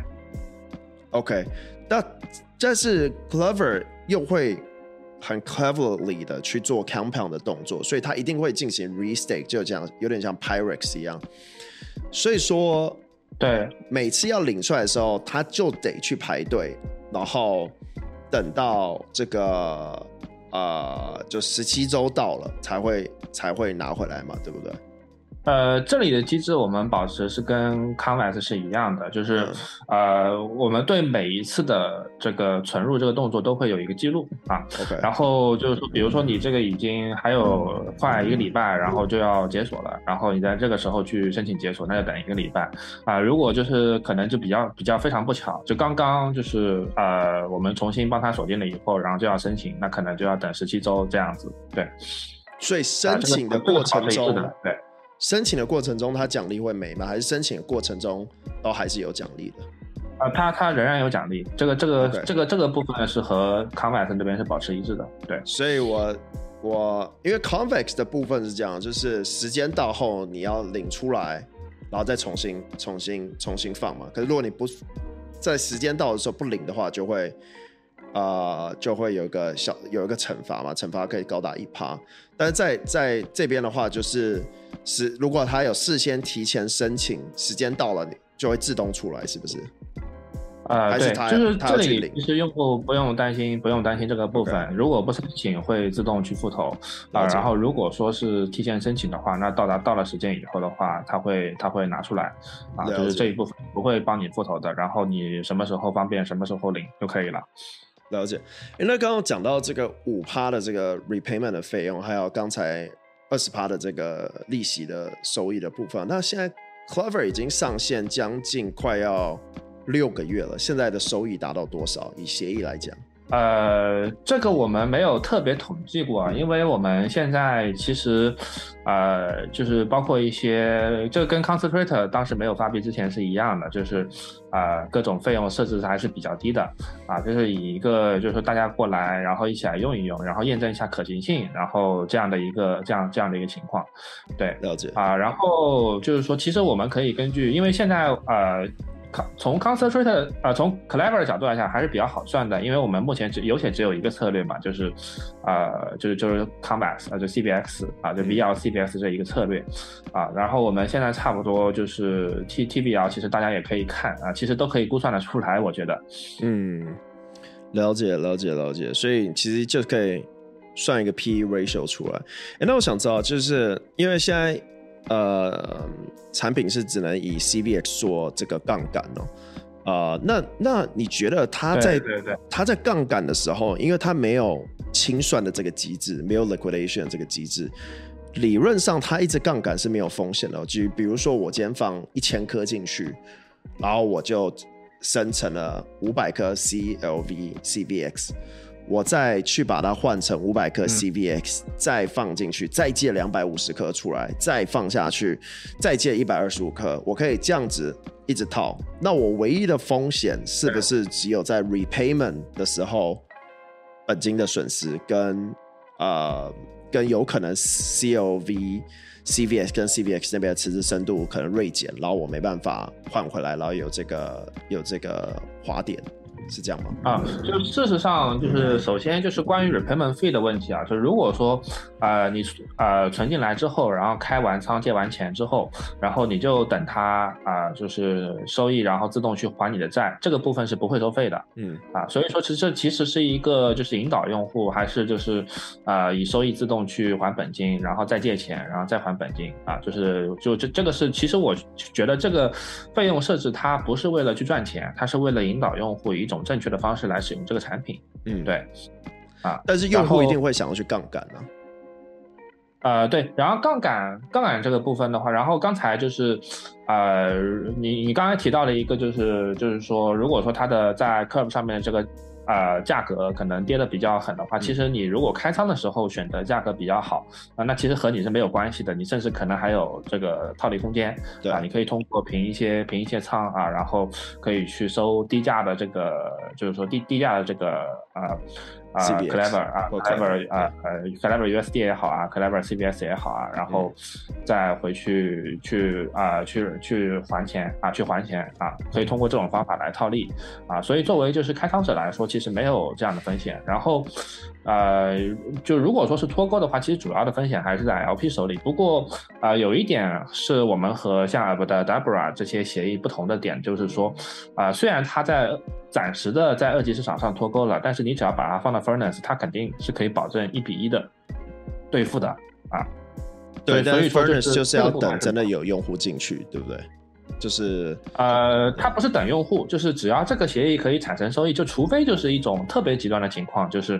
S1: OK， 那但是 Clever 又会很 cleverly 的去做 compound 的动作，所以他一定会进行 restake， 就这样有点像 Pyrex 一样。所以说，
S2: 对，
S1: 每次要领出来的时候，他就得去排队，然后。等到这个呃，就十七周到了才会才会拿回来嘛，对不对？
S2: 呃，这里的机制我们保持是跟 Convex 是一样的，就是、嗯、呃，我们对每一次的这个存入这个动作都会有一个记录啊。
S1: OK，
S2: 然后就是说，比如说你这个已经还有快一个礼拜，然后就要解锁了，然后你在这个时候去申请解锁，那就等一个礼拜啊。如果就是可能就比较比较非常不巧，就刚刚就是呃，我们重新帮他锁定了以后，然后就要申请，那可能就要等十七周这样子，对。
S1: 所以申请的过程中，
S2: 啊这个、对，
S1: 申请的过程中，它奖励会没吗？还是申请的过程中都还是有奖励的？
S2: 啊，它它仍然有奖励，这个这个、
S1: okay.
S2: 这个这个部分是和 Convex 那边是保持一致的，对。
S1: 所以我我因为 Convex 的部分是这样，就是时间到后你要领出来，然后再重新重新重新放嘛。可是如果你不在时间到的时候不领的话，就会呃就会有一个小有一个惩罚嘛，惩罚可以高达一趴。但是在在这边的话，就是是如果他有事先提前申请，时间到了就会自动出来，是不是？
S2: 呃，对，就是这里其实用户不用担心，不用担心这个部分。Okay. 如果不申请，会自动去复投啊、呃。然后如果说是提前申请的话，那到达到了时间以后的话，他会他会拿出来啊，就是这一部分不会帮你复投的。然后你什么时候方便，什么时候领就可以了。
S1: 了解。那刚刚讲到这个五趴的这个 repayment 的费用，还有刚才二十趴的这个利息的收益的部分，那现在 Clever 已经上线将近快要六个月了，现在的收益达到多少？以协议来讲，
S2: 呃，这个我们没有特别统计过，因为我们现在其实，呃，就是包括一些，这个跟 Concentrator 当时没有发币之前是一样的，就是，呃，各种费用设置还是比较低的，啊，就是以一个就是说大家过来，然后一起来用一用，然后验证一下可行性，然后这样的一个这样这样的一个情况，对，
S1: 了解
S2: 啊，然后就是说，其实我们可以根据，因为现在呃。从 Concentrator 呃，从 Clever 的角度来讲还是比较好算的，因为我们目前只有且只有一个策略嘛，就是呃，就是就是 Convex 啊，就 C B X 啊，就 V L C B X 这一个策略啊，然后我们现在差不多就是 T T V L， 其实大家也可以看啊，其实都可以估算得出来，我觉得。
S1: 嗯，了解了解了解，所以其实就可以算一个 P E ratio 出来。哎，那我想知道，就是因为现在。呃，产品是只能以 C V X 做这个杠杆哦，呃，那那你觉得它在
S2: 对对对
S1: 它在杠杆的时候，因为它没有清算的这个机制，没有 liquidation 的这个机制，理论上它一直杠杆是没有风险的。就比如说我今天放一千颗进去，然后我就生成了五百颗 C L V C V X。我再去把它换成五百颗 C V X，嗯，再放进去，再借两百五十颗出来，再放下去，再借一百二十五颗，我可以这样子一直套。那我唯一的风险是不是只有在 repayment 的时候本金的损失跟呃跟有可能 C L V、C V X 跟 C V X 那边的池子深度可能锐减，然后我没办法换回来，然后有这个有这个滑点。是这样吗？
S2: 啊，就事实上就是首先就是关于 repayment fee 的问题啊，就如果说呃你呃存进来之后，然后开完仓借完钱之后，然后你就等它啊、呃、就是收益，然后自动去还你的债，这个部分是不会收费的。嗯啊，所以说其实这其实是一个就是引导用户还是就是呃以收益自动去还本金，然后再借钱，然后再还本金啊，就是就这这个是其实我觉得这个费用设置它不是为了去赚钱，它是为了引导用户以一种正确的方式来使用这个产品。嗯，对，啊，
S1: 但是用户一定会想要去杠杆啊。
S2: 呃，对，然后杠杆杠杆这个部分的话，然后刚才就是，呃，你你刚才提到了一个就是就是说，如果说它的在 Curve 上面这个呃价格可能跌得比较狠的话，其实你如果开仓的时候选择价格比较好啊、呃，那其实和你是没有关系的，你甚至可能还有这个套利空间。对啊，你可以通过平一些平一些仓啊，然后可以去收低价的这个，就是说低低价的这个呃。啊、呃、，Clever 啊 ，Clever 啊，呃 ，Clever U S D 也好啊 ，Clever C V X 也好啊，然后再回去去啊、呃，去去还钱啊，去还钱啊，可以通过这种方法来套利啊。所以作为就是开仓者来说，其实没有这样的风险。然后，呃，就如果说是脱钩的话，其实主要的风险还是在 L P 手里。不过啊、呃，有一点是我们和像 Abracadabra 这些协议不同的点，就是说啊、呃，虽然它在暂时的在二级市场上脱钩了，但是你只要把它放到 Furnace， 它肯定是可以保证一比一的兑付的啊。
S1: 对，
S2: 所以说
S1: Furnace 就是要等真的有用户进去，对不对？就是
S2: 呃，它不是等用户，就是只要这个协议可以产生收益，就除非就是一种特别极端的情况，就是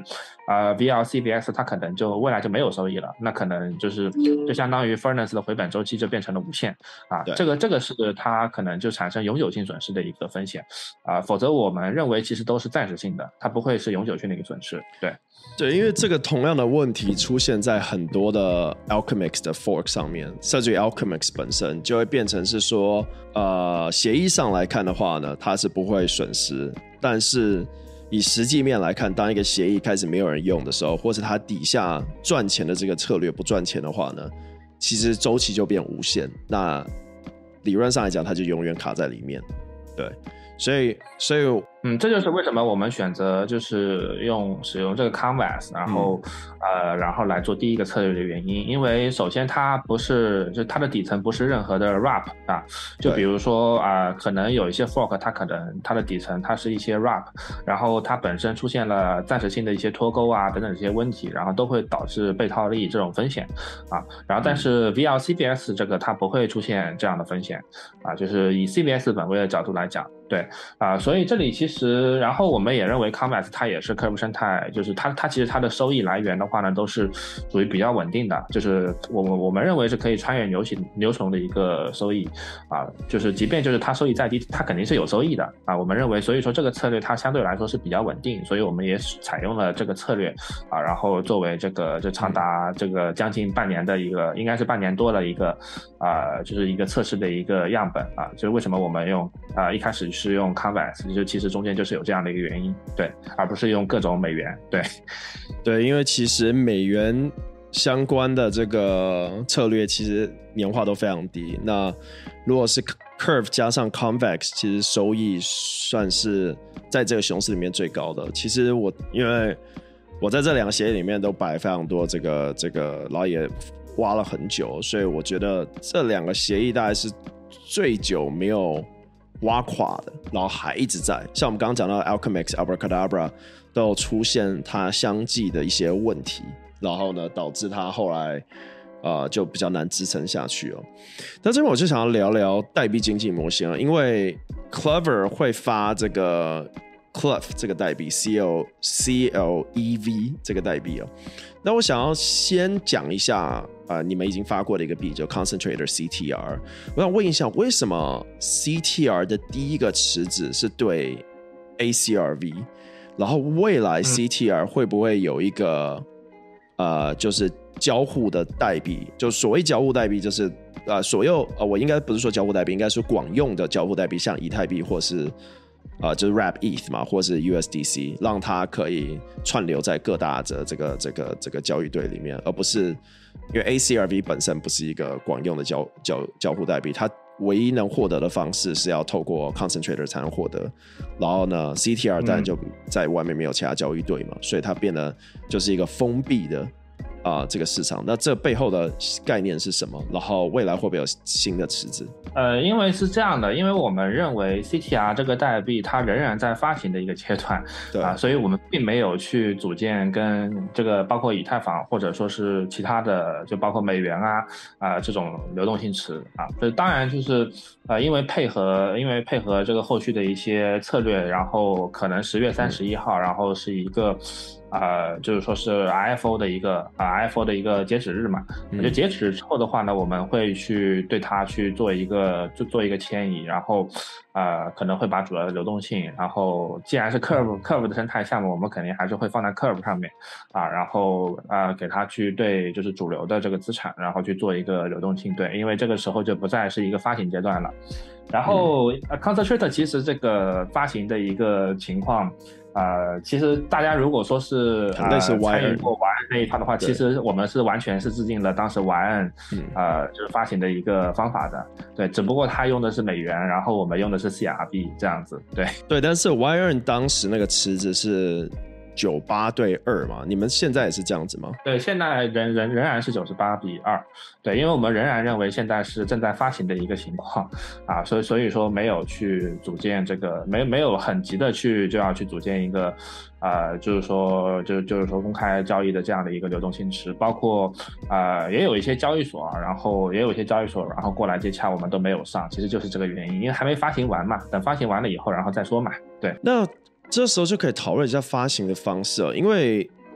S2: 呃 V L C B X 它可能就未来就没有收益了，那可能就是就相当于 Furnace 的回本周期就变成了无限啊，这个这个是它可能就产生永久性损失的一个风险啊，否则我们认为其实都是暂时性的，它不会是永久性的一个损失。对
S1: 对，因为这个同样的问题出现在很多的 Alchemix 的 fork 上面，甚至于 Alchemix 本身就会变成是说，呃，协议上来看的话呢，它是不会损失，但是以实际面来看，当一个协议开始没有人用的时候，或是它底下赚钱的这个策略不赚钱的话呢，其实周期就变无限。那理论上来讲，它就永远卡在里面。对，所以，所以，
S2: 嗯，这就是为什么我们选择就是用使用这个 Canvas， 然后、嗯、呃，然后来做第一个策略的原因，因为首先它不是，就它的底层不是任何的 wrap 啊，就比如说啊、呃，可能有一些 fork， 它可能它的底层它是一些 wrap， 然后它本身出现了暂时性的一些脱钩啊等等这些问题，然后都会导致被套利这种风险啊，然后但是 V L C B S 这个它不会出现这样的风险啊，就是以 C B S 本位的角度来讲，对啊、呃，所以这里其实。实，然后我们也认为 Canvas 它也是 Curve 生态，就是它它其实它的收益来源的话呢，都是属于比较稳定的，就是我们我们认为是可以穿越牛形牛熊的一个收益啊，就是即便就是它收益再低，它肯定是有收益的啊。我们认为，所以说这个策略它相对来说是比较稳定，所以我们也采用了这个策略啊，然后作为这个就长达这个将近半年的一个，应该是半年多的一个啊，就是一个测试的一个样本啊，就是为什么我们用啊一开始是用 Canvas， 就其实中间就是有这样的一个原因，对，而不是用各种美元，对，
S1: 对，因为其实美元相关的这个策略其实年化都非常低。那如果是 Curve 加上 Convex， 其实收益算是在这个熊市里面最高的。其实我因为我在这两个协议里面都摆非常多这个这个，然后也挖了很久，所以我觉得这两个协议大概是最久没有挖垮的，然后还一直在，像我们刚刚讲到 Alchemix、Abracadabra 都有出现它相继的一些问题，然后呢，导致它后来呃就比较难支撑下去哦。那这边我就想要聊聊代币经济模型了，因为 Clever 会发这个 C L E V 这个代币 C L C L E V 这个代币哦。那我想要先讲一下。呃，你们已经发过的一个币叫 Concentrator C T R， 我想问一下，为什么 C T R 的第一个池子是对 A C R V， 然后未来 C T R 会不会有一个、嗯、呃，就是交互的代币？就所谓交互代币，就是呃，所有呃，我应该不是说交互代币，应该是广用的交互代币，像以太币或是。呃，就是 Wrap E T H 嘛，或是 U S D C， 让它可以串流在各大的这个这个这个交易对里面，而不是因为 A C R V 本身不是一个广用的交交交互代币，它唯一能获得的方式是要透过 Concentrator 才能获得。然后呢 ，C T R 当然就在外面没有其他交易对嘛，嗯、所以它变得就是一个封闭的啊、呃、这个市场。那这背后的概念是什么？然后未来会不会有新的池子？
S2: 呃，因为是这样的，因为我们认为 C T R 这个代币它仍然在发行的一个阶段，对啊，所以我们并没有去组建跟这个包括以太坊或者说是其他的，就包括美元啊啊、呃、这种流动性池啊，所以当然就是呃因为配合因为配合这个后续的一些策略，然后可能十月三十一号，嗯、然后是一个。呃，就是说是 I F O 的一个啊、呃、I F O 的一个截止日嘛，嗯、就截止之后的话呢，我们会去对它去做一个就做一个迁移，然后呃可能会把主要的流动性，然后既然是 Curve Curve 的生态项目，我们肯定还是会放在 Curve 上面啊，然后呃给它去对就是主流的这个资产，然后去做一个流动性对，因为这个时候就不再是一个发行阶段了。然后、嗯呃、Concentrator 其实这个发行的一个情况。呃，其实大家如果说是
S1: 类似
S2: Y N 参与过 Y N 那一套的话，其实我们是完全是致敬了当时 Y N、嗯、呃就是发行的一个方法的，对，只不过他用的是美元，然后我们用的是 C R V 这样子，对
S1: 对，但是 Y N 当时那个池子是九十八对二嘛，你们现在也是这样子吗？
S2: 对，现在仍仍仍然是九十八比二，对，因为我们仍然认为现在是正在发行的一个情况啊，所以所以说没有去组建这个，没没有很急的去就要去组建一个，呃，就是说就就是说公开交易的这样的一个流动性池，包括呃也有一些交易所，然后也有一些交易所，然后过来接洽，我们都没有上，其实就是这个原因，因为还没发行完嘛，等发行完了以后，然后再说嘛，对。
S1: 那这时候就可以讨论一下发行的方式了，因为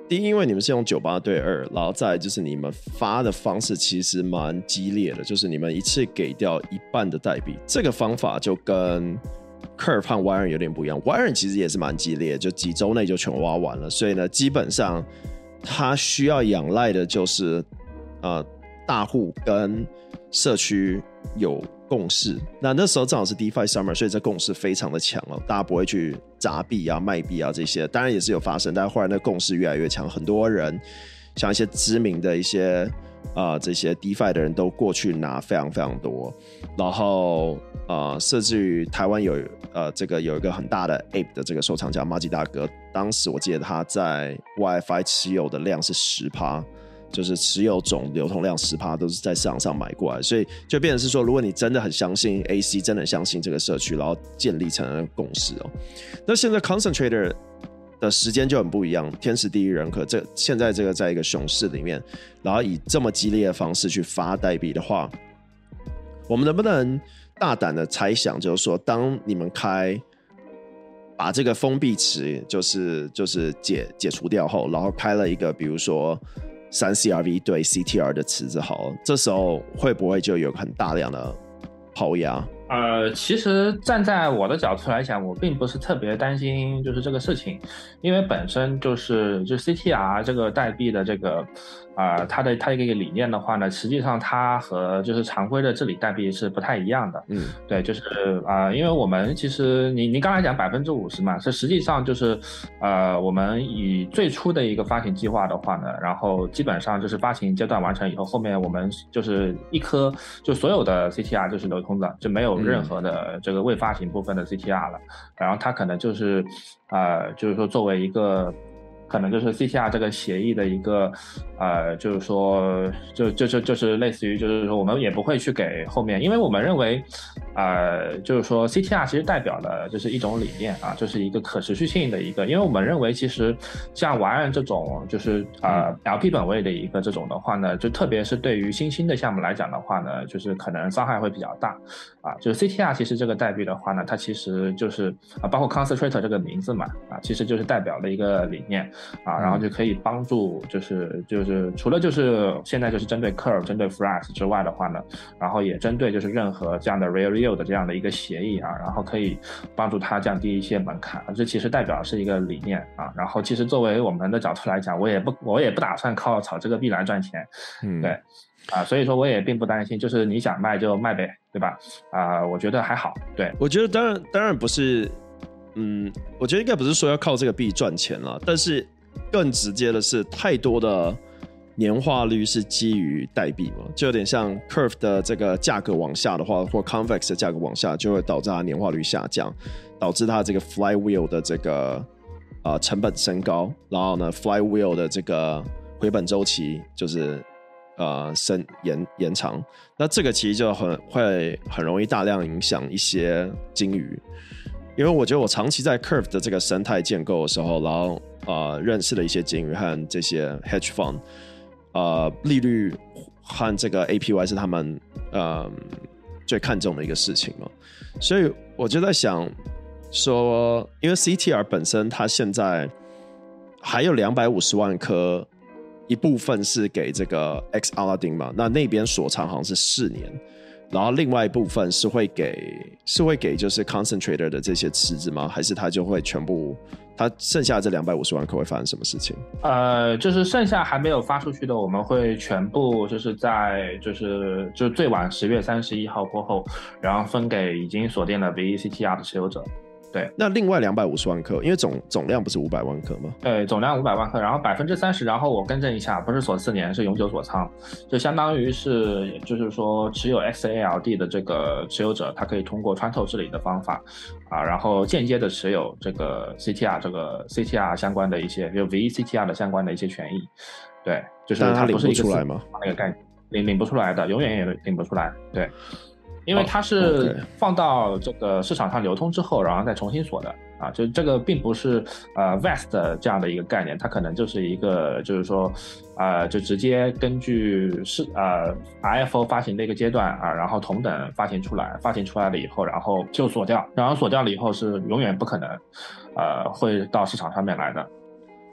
S1: 第一，因为你们是用九八对二，然后再来就是你们发的方式其实蛮激烈的，就是你们一次给掉一半的代币，这个方法就跟 Curve 和 Wiren 有点不一样。Wiren 其实也是蛮激烈，就几周内就全挖完了，所以呢，基本上它需要仰赖的就是呃大户跟社区有共识。那那时候正好是 DeFi Summer， 所以这共识非常的强哦，大家不会去砸币啊、卖币啊这些，当然也是有发生，但是后来那共识越来越强，很多人像一些知名的一些啊、呃、这些 DeFi 的人都过去拿非常非常多，然后呃甚至于台湾有呃这个有一个很大的 Ape 的这个收藏家马吉大哥，当时我记得他在 Y F I 持有的量是 百分之十。就是持有总流通量 百分之十 都是在市场上买过来，所以就变成是说，如果你真的很相信 A C， 真的很相信这个社区，然后建立成了共识哦。那现在 Concentrator 的时间就很不一样，天时地利人和。这现在这个在一个熊市里面，然后以这么激烈的方式去发代币的话，我们能不能大胆的猜想，就是说，当你们开把这个封闭池就是就是解解除掉后，然后开了一个比如说三 C R V 对 C T R 的池子好了，这时候会不会就有很大量的抛压？
S2: 呃，其实站在我的角度来讲，我并不是特别担心就是这个事情，因为本身就是就 C T R 这个代币的这个啊、呃，它的它的一个理念的话呢，实际上它和就是常规的治理代币是不太一样的。
S1: 嗯，
S2: 对，就是啊、呃，因为我们其实你你刚才讲百分之五十嘛，是实际上就是呃，我们以最初的一个发行计划的话呢，然后基本上就是发行阶段完成以后，后面我们就是一颗就所有的 C T R 就是流通的，就没有任何的这个未发行部分的 C T R 了，然后它可能就是呃，就是说作为一个可能就是 C T R 这个协议的一个呃，就是说就就就就是类似于就是说我们也不会去给后面，因为我们认为呃，就是说 C T R 其实代表的就是一种理念啊，就是一个可持续性的一个，因为我们认为其实像Wiren这种就是呃 L P 本位的一个这种的话呢，就特别是对于新兴的项目来讲的话呢，就是可能伤害会比较大啊。就是 C T R 其实这个代币的话呢，它其实就是啊，包括 Concentrator 这个名字嘛啊，其实就是代表了一个理念啊，然后就可以帮助就是就是除了就是现在就是针对 Curve 针对 Frax 之外的话呢，然后也针对就是任何这样的 Real Yield 的这样的一个协议啊，然后可以帮助它降低一些门槛，这其实代表是一个理念啊。然后其实作为我们的角度来讲，我也不我也不打算靠炒这个币来赚钱，嗯，对啊，所以说我也并不担心，就是你想卖就卖呗，对吧？啊，我觉得还好。对，
S1: 我觉得当然当然不是，嗯，我觉得应该不是说要靠这个币赚钱了，但是更直接的是太多的年化率是基于代币嘛，就有点像 Curve 的这个价格往下的话，或 Convex 的价格往下，就会导致它年化率下降，导致它这个 Flywheel 的这个、呃、成本升高，然后呢 Flywheel 的这个回本周期就是呃升延延长，那这个其实就很会很容易大量影响一些鲸鱼。因为我觉得我长期在 Curve 的这个生态建构的时候，然后呃认识了一些鲸鱼和这些 hedge fund， 呃利率和这个 A P Y 是他们呃最看重的一个事情嘛，所以我就在想说，因为 C T R 本身它现在还有两百五十万颗，一部分是给这个 X Aladdin 嘛，那那边锁仓好像是四年。然后另外一部分是会给是会给就是 concentrator 的这些池子吗？还是他就会全部，他剩下这两百五十万颗会发生什么事情？
S2: 呃，就是剩下还没有发出去的，我们会全部就是在就是就最晚十月三十一号过后，然后分给已经锁定了 V E C T R 的持有者。对，
S1: 那另外两百五十万颗，因为总总量不是五百万颗吗？
S2: 对，总量五百万颗，然后百分之三十，然后我更正一下，不是锁四年，是永久锁仓，就相当于是，就是说持有 X A L D 的这个持有者，他可以通过穿透治理的方法，啊，然后间接的持有这个 C T R 这个 C T R 相关的一些，就 V E C T R 的相关的一些权益，对，就是它不是一个
S1: 出来吗？
S2: 那个概念，领领不出来的，永远也领不出来，对。因为它是放到这个市场上流通之后，然后再重新锁的啊，就这个并不是呃 vest 这样的一个概念，它可能就是一个就是说呃就直接根据是呃 I F O 发行的一个阶段啊，然后同等发行出来，发行出来了以后，然后就锁掉，然后锁掉了以后是永远不可能呃会到市场上面来的。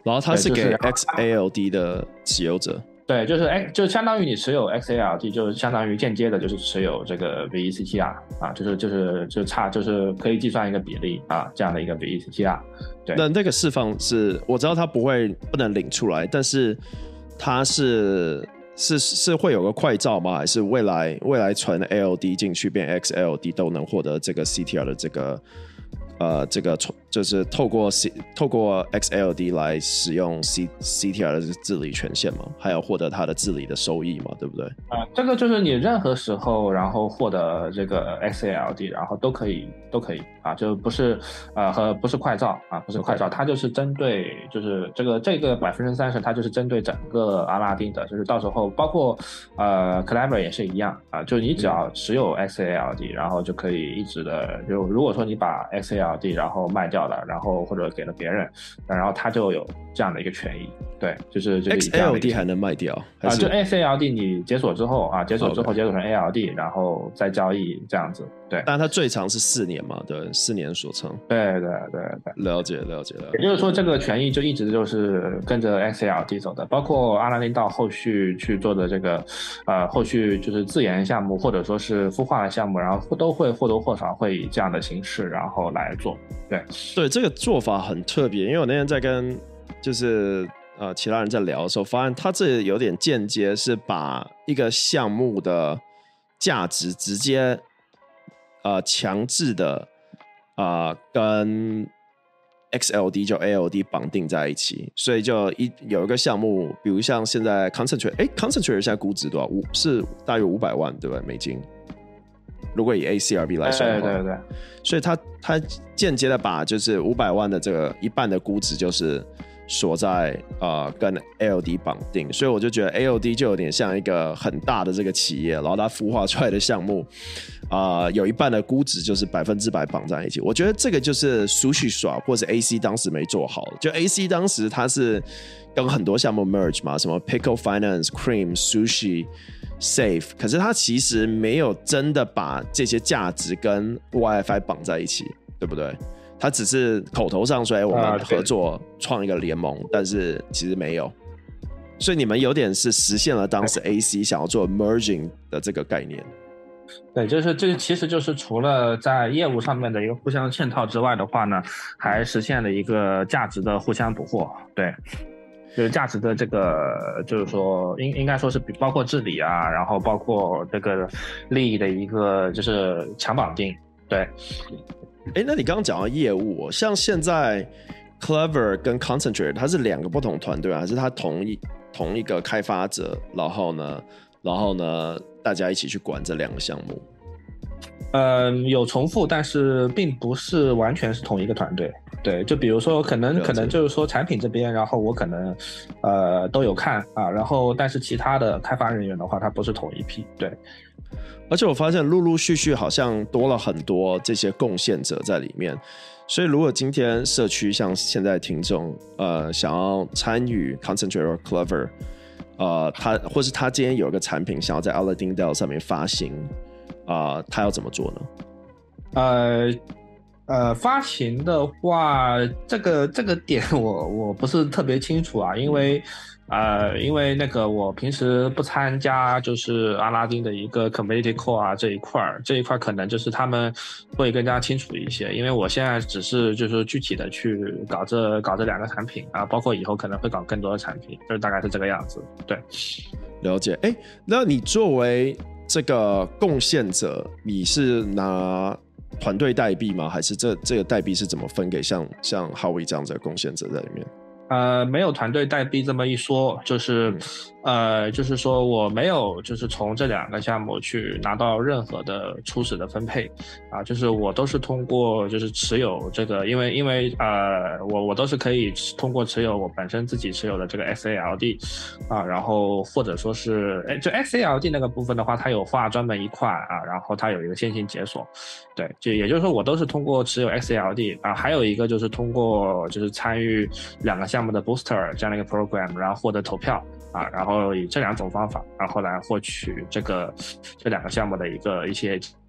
S1: 然后它是给 X A L D 的持有者。
S2: 对，就是哎，就相当于你持有 X A L D， 就相当于间接的，就是持有这个 V E C T R 啊，就是就是就差就是可以计算一个比例啊，这样的一个 V E C T R。对，
S1: 那那个释放是我知道它不会不能领出来，但是它是是是会有个快照吗？还是未来未来存 A L D 进去变 X L D 都能获得这个 C T R 的这个？呃，这个就是透过 C 透过 X L D 来使用 C CTR 的治理权限嘛，还有获得它的治理的收益嘛，对不对？
S2: 啊、呃，这个就是你任何时候然后获得这个 X A L D， 然后都可以都可以啊，就不是呃和不是快照啊，不是快照， okay. 它就是针对就是这个这个百分之三十，它就是针对整个阿拉丁的，就是到时候包括呃 Clever 也是一样啊，就你只要持有 X A L D， 然后就可以一直的，就如果说你把 X A L D 然后卖掉了，然后或者给了别人，然后他就有这样的一个权益。对，就是就是
S1: X L D 还能卖掉
S2: 啊？就 X A L D 你解锁之后啊，解锁之后解锁成 A L D， 然后再交易这样子。对，
S1: 但它最长是四年嘛？对，四年所称。
S2: 对对对对，
S1: 了解了解了解。
S2: 也就是说，这个权益就一直就是跟着 X A L D 走的，包括阿拉丁道后续去做的这个，呃，后续就是自研项目或者说是孵化的项目，然后都会或多或少会以这样的形式然后来做。对
S1: 对，这个做法很特别，因为我那天在跟就是呃其他人在聊的时候，发现他这有点间接是把一个项目的价值直接呃强制的啊、呃、跟 X L D 就 A L D 绑定在一起，所以就一有一个项目，比如像现在 Concentrate， 哎 ，Concentrate 现在估值多少？五是大约五百万，对吧？美金。如果以 A C R B 来算的话，
S2: 对对对，
S1: 所以他他间接的把就是五百万的这个一半的估值就是锁在呃跟 A L D 绑定，所以我就觉得 A L D 就有点像一个很大的这个企业，然后它孵化出来的项目啊、呃、有一半的估值就是百分之百绑在一起。我觉得这个就是 Sushi Swap 或者 A C 当时没做好的，就 A C 当时它是跟很多项目 merge 嘛，什么 Pickle Finance、Cream、Sushi。Safe， 可是它其实没有真的把这些价值跟 Y F I 绑在一起，对不对？它只是口头上说我们合作创一个联盟，但是其实没有。所以你们有点是实现了当时 A C 想要做 merging 的这个概念。
S2: 对，就是这个，其实就是除了在业务上面的一个互相嵌套之外的话呢，还实现了一个价值的互相捕获。对。就是价值的这个，就是说应应该说是包括治理啊，然后包括这个利益的一个就是强绑定。对，
S1: 哎，那你刚刚讲到业务，像现在 Clever 跟 Concentrate 它是两个不同团队，还是它同一同一个开发者？然后呢，然后呢，大家一起去管这两个项目？
S2: 呃，有重复，但是并不是完全是同一个团队。对，就比如说可能可能就是说产品这边，然后我可能呃都有看啊，然后但是其他的开发人员的话，他不是同一批。对，
S1: 而且我发现陆陆续续好像多了很多这些贡献者在里面，所以如果今天社区像现在听众呃想要参与 Concentrate or Clever， 呃，他或是他今天有一个产品想要在 Aladdin D A O 上面发行。啊、呃，他要怎么做呢？
S2: 呃呃，发行的话，这个这个点我我不是特别清楚啊，因为呃，因为那个我平时不参加就是阿拉丁的一个 community core 啊这一块儿，这一块可能就是他们会更加清楚一些，因为我现在只是就是具体的去搞这搞这两个产品啊，包括以后可能会搞更多的产品，就是大概是这个样子。对，
S1: 了解。哎，那你作为这个贡献者，你是拿团队代币吗？还是这这个代币是怎么分给像像 Howie 这样子的贡献者在里面？
S2: 呃，没有团队代币这么一说，就是，呃，就是说我没有就是从这两个项目去拿到任何的初始的分配，啊，就是我都是通过就是持有这个，因为因为呃，我我都是可以通过持有我本身自己持有的这个 X A L D， 啊，然后或者说是，哎，就 X A L D 那个部分的话，它有划专门一块啊，然后它有一个线性解锁，对，就也就是说我都是通过持有 X A L D 啊，还有一个就是通过就是参与两个项目。项目的 booster 这样的一个 program， 然后获得投票啊，然后以这两种方法，然后来获取这个这两个项目的一个一些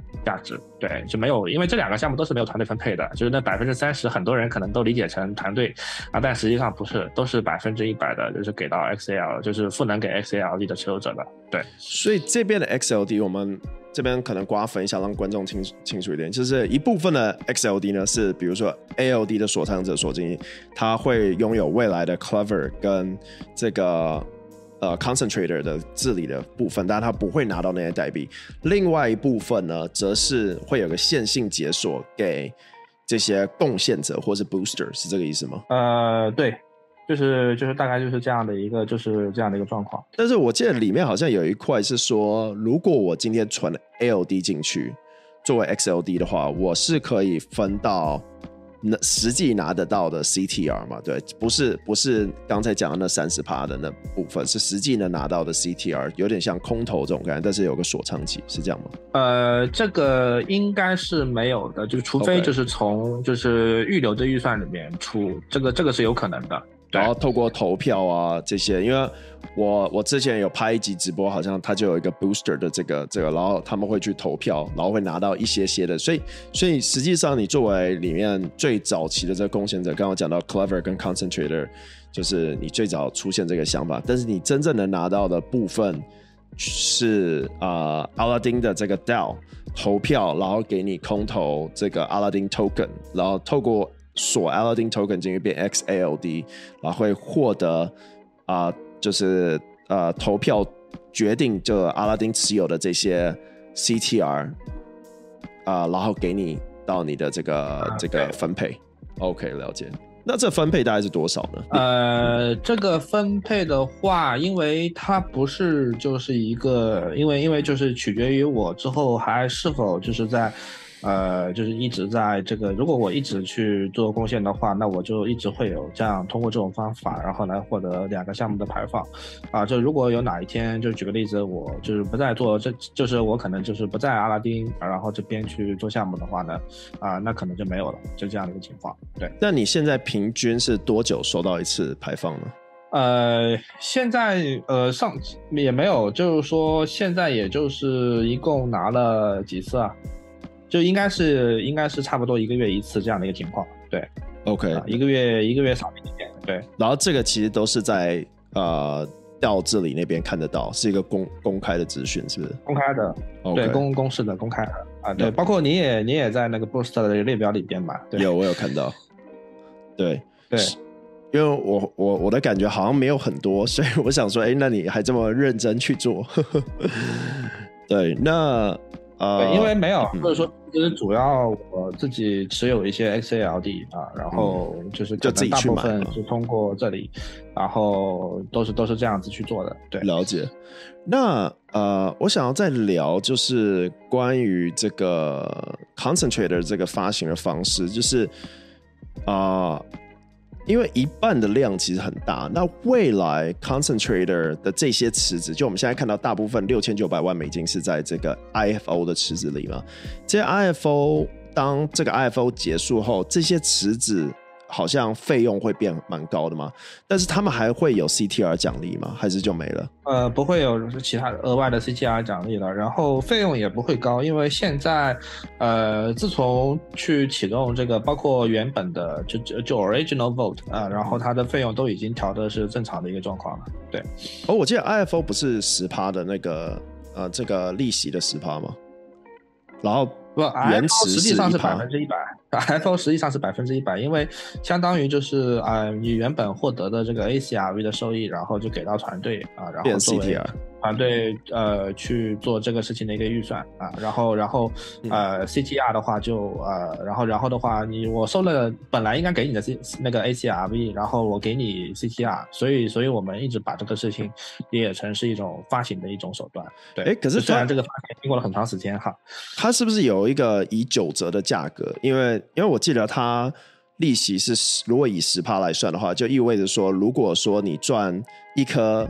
S2: 价值，对，就没有，因为这两个项目都是没有团队分配的，就是那百分之三十，很多人可能都理解成团队啊，但实际上不是，都是百分之一百的，就是给到 X L， 就是赋能给 X L D 的持有者的，对。
S1: 所以这边的 X L D， 我们这边可能瓜分一下，让观众清清楚一点，就是一部分的 X L D 呢是比如说 A L D 的锁仓者所经营，他会拥有未来的 Clever 跟这个。呃 concentrator 的治理的部分，但他不会拿到那些代币。另外一部分呢，则是会有个线性解锁给这些贡献者或是 booster， 是这个意思吗？
S2: 呃，对，就是就是大概就是这样的一个就是这样的一个状况。
S1: 但是我记得里面好像有一块是说，如果我今天存 A L D 进去作为 X L D 的话，我是可以分到实际拿得到的 C T R 嘛，对，不是不是刚才讲的那 百分之三十 的那部分，是实际能拿到的 C T R， 有点像空投这种感觉，但是有个锁仓期，是这样吗？
S2: 呃，这个应该是没有的，就除非就是从就是预留的预算里面出，这个这个是有可能的。
S1: 然后透过投票啊这些，因为我我之前有拍一集直播，好像他就有一个 booster 的这个这个，然后他们会去投票，然后会拿到一些些的，所以所以实际上你作为里面最早期的这个贡献者，刚刚讲到 Clever 跟 Concentrator， 就是你最早出现这个想法，但是你真正能拿到的部分是呃阿拉丁的这个 D A O 投票，然后给你空投这个阿拉丁 token， 然后透过锁 Aladdin token 进去变 X A L D， 然后会获得啊、呃，就是呃投票决定这阿拉丁持有的这些 C T R 啊、呃，然后给你到你的这个、啊、这个分配。OK， 了解。那这分配大概是多少呢？
S2: 呃，这个分配的话，因为它不是就是一个，因为因为就是取决于我之后还是否就是在。呃，就是一直在这个，如果我一直去做贡献的话，那我就一直会有这样通过这种方法，然后来获得两个项目的排放。啊，就如果有哪一天，就举个例子，我就是不再做，这就是我可能就是不在阿拉丁，然后这边去做项目的话呢，啊，那可能就没有了，就这样的一个情况。对。
S1: 那你现在平均是多久收到一次排放呢？
S2: 呃，现在呃上也没有，就是说现在也就是一共拿了几次啊？就应该是应该是差不多一个月一次这样的一个情况，对
S1: ，OK，、
S2: 啊、一个月一个月少一点，对。
S1: 然后这个其实都是在呃调治理那边看得到，是一个公公开的资讯，是不是？
S2: 公开的，
S1: okay.
S2: 对，公公示的，公开的啊，对，包括你也你也在那个 Boost 的列表里边嘛，对，
S1: 有我有看到，对
S2: 对。
S1: 因为我我我的感觉好像没有很多，所以我想说，哎，那你还这么认真去做？对，那。
S2: 呃，对，因为没有，或者说其实主要我自己持有一些 X A L D 啊，然后就是可能大部分是通过这里，然后都是都是这样子去做的。对，
S1: 了解。那呃，我想要再聊就是关于这个 Concentrator 这个发行的方式，就是啊。呃因为一半的量其实很大，那未来 Concentrator 的这些池子，就我们现在看到大部分六千九百万美金是在这个 I F O 的池子里嘛。这些 I F O 当这个 I F O 结束后，这些池子好像费用会变蛮高的嘛，但是他们还会有 C T R 奖励吗？还是就没了？
S2: 呃，不会有其他额外的 C T R 奖励了，然后费用也不会高，因为现在，呃，自从去启动这个，包括原本的就就就 original vote 啊、呃，然后它的费用都已经调的是正常的一个状况了。对，
S1: 哦，我记得 I F O 不是 百分之十 的那个呃这个利息的 百分之十 吗？然后
S2: 不，原池实际上是百分之一百 ，F O 实际上是百分之一百，因为相当于就是呃你原本获得的这个 A C R V 的收益，然后就给到团队啊，然后作为团队呃去做这个事情的一个预算啊，然后然后呃 C T R 的话就呃然后然后的话你我收了本来应该给你的 C 那个 A C R V， 然后我给你 C T R， 所以所以我们一直把这个事情理解成是一种发行的一种手段。对，
S1: 哎，可是
S2: 虽然这个发行经过了很长时间哈，
S1: 它是不是有一个以九折的价格？因为因为我记得它利息是如果以 百分之十 来算的话，就意味着说，如果说你赚一颗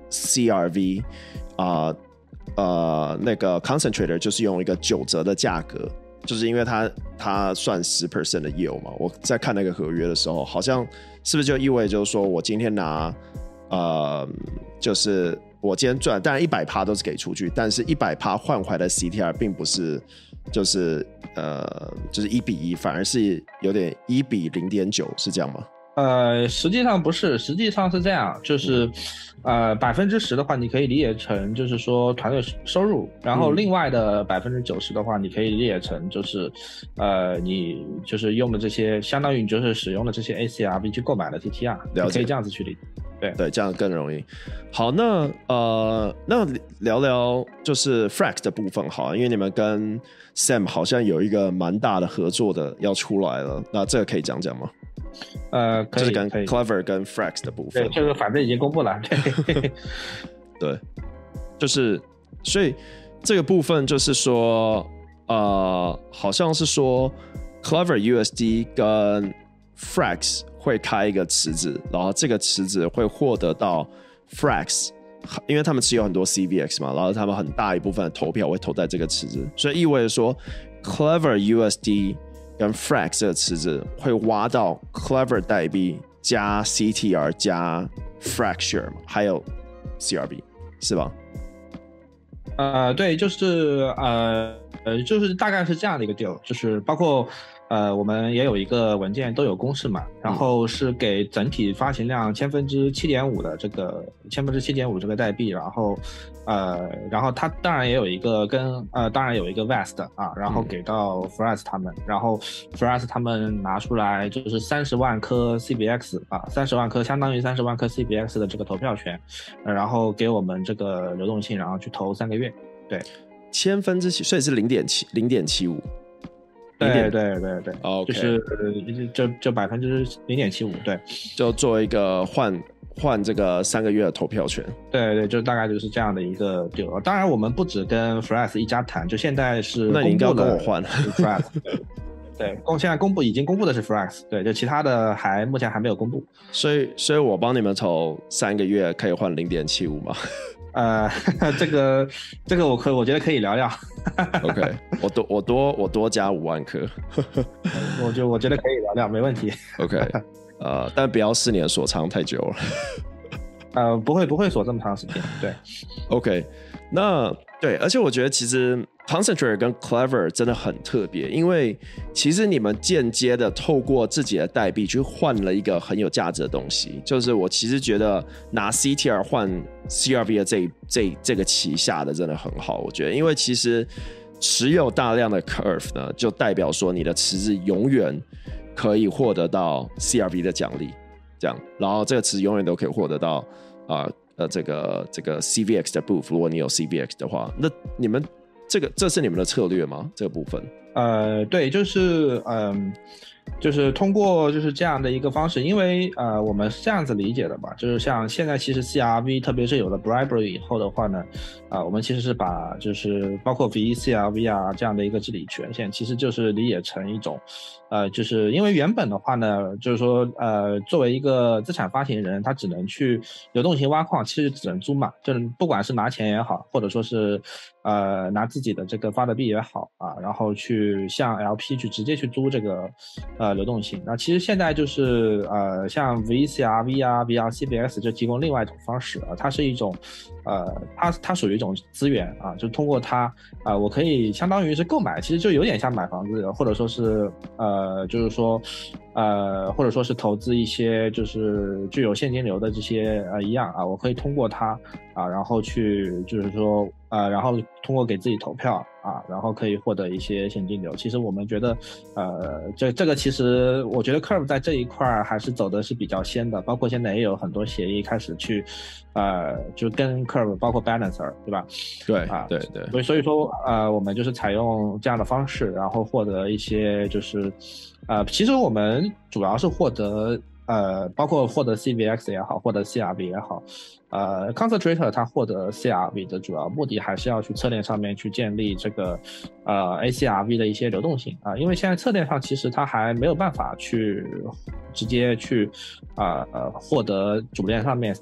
S1: C R V 啊、呃、呃那个 concentrator 就是用一个九折的价格，就是因为它它算 百分之十 的yield嘛。我在看那个合约的时候，好像是不是就意味着说我今天拿呃就是我今天赚，当然一百趴都是给出去，但是一百趴换回来的 C T R 并不是就是呃就是一比一，反而是有点一比零点九，是这样吗？
S2: 呃，实际上不是，实际上是这样，就是，呃，百分之十的话，你可以理解成就是说团队收入，然后另外的百分之九十的话，你可以理解成就是，呃，你就是用的这些，相当于你就是使用的这些 A C R V 去购买的 T T R， 你可以这样子去理解。对
S1: 对，这样更容易。好，那呃，那聊聊就是 Frax 的部分好，因为你们跟 Sam 好像有一个蛮大的合作的要出来了，那这个可以讲讲吗？
S2: 呃，可以，
S1: 就是跟 Clever 跟 Frax 的部分。
S2: 对，这个反正已经公布了。对，
S1: 对，就是所以这个部分就是说，呃，好像是说 Clever U S D 跟 Frax 会开一个池子，然后这个池子会获得到 Frax， 因为他们持有很多 C V X 嘛，然后他们很大一部分的投票会投在这个池子，所以意味着说 Clever U S D跟 Frax 这个池子会挖到 Clever 代币加 C T R 加 Fracture 还有 C R B 是吧？
S2: 呃，对，就是呃呃，就是大概是这样的一个 deal， 就是包括呃，我们也有一个文件都有公式嘛，然后是给整体发行量千分之七点五的这个千分之七点五这个代币，然后呃，然后它当然也有一个跟呃，当然有一个 vest 啊，然后给到 Frax 他们，然后 Frax 他们拿出来就是三十万颗 C B X 啊，三十万颗相当于三十万颗 C B X 的这个投票权，呃、然后给我们这个流动性，然后去投三个月，对，
S1: 千分之七，所以是零点七零点七五。
S2: 对对对对，
S1: okay.
S2: 就是就就百分之零点七五，对，
S1: 就做一个换换这个三个月的投票权。
S2: 对对，就大概就是这样的一个 deal。当然，我们不只跟 Frax 一家谈，就现在是
S1: 那你应该跟我换
S2: Frax。对，公现在公布已经公布的是 Frax， 对，就其他的还目前还没有公布。
S1: 所以，所以我帮你们投三个月可以换零点七五吗？
S2: 呃，这个这个我可我觉得可以聊聊。
S1: OK， 我多我多我多加五万颗，
S2: 我就我觉得可以聊聊，没问题。
S1: OK， 呃，但不要四年锁仓太久了。
S2: 呃，不会不会锁这么长时间。对
S1: ，OK， 那对，而且我觉得其实 Concentrate 跟 Clever 真的很特别，因为其实你们间接的透过自己的代币去换了一个很有价值的东西，就是我其实觉得拿 C T R 换 C R V 的这这这个旗下的真的很好，我觉得，因为其实持有大量的 Curve 呢，就代表说你的池子永远可以获得到 C R V 的奖励，这样，然后这个池子永远都可以获得到啊。呃呃，这个这个 C V X 的 booth， 如果你有 C V X 的话，那你们这个这是你们的策略吗？这个部分？
S2: 呃，对，就是嗯、呃，就是通过就是这样的一个方式，因为呃，我们是这样子理解的吧，就是像现在其实 C R V， 特别是有了 bribery 以后的话呢，啊、呃，我们其实是把就是包括 V C R V 啊这样的一个治理权限，其实就是理解成一种。呃，就是因为原本的话呢，就是说，呃，作为一个资产发行人，他只能去流动性挖矿，其实只能租嘛，就是不管是拿钱也好，或者说是，呃，拿自己的这个发的币也好啊，然后去向 L P 去直接去租这个呃流动性。那其实现在就是呃，像 V C R V 啊、V R C B X 就提供另外一种方式啊，它是一种，呃，它它属于一种资源啊，就通过它啊、呃，我可以相当于是购买，其实就有点像买房子，或者说是呃。呃，就是说，呃，或者说是投资一些就是具有现金流的这些呃一样啊，我可以通过它啊，然后去就是说呃，然后通过给自己投票啊，然后可以获得一些现金流。其实我们觉得，呃，这这个其实我觉得 Curve 在这一块还是走的是比较先的，包括现在也有很多协议开始去，呃，就跟 Curve 包括 Balancer 对吧？
S1: 对
S2: 啊，
S1: 对对。
S2: 所以所以说呃，我们就是采用这样的方式，然后获得一些就是。呃，其实我们主要是获得呃，包括获得 C V X 也好，获得 C R V 也好，呃 ，Concentrator 它获得 C R V 的主要目的还是要去侧链上面去建立这个呃 A C R V 的一些流动性啊、呃，因为现在侧链上其实它还没有办法去直接去啊 呃, 呃获得主链上面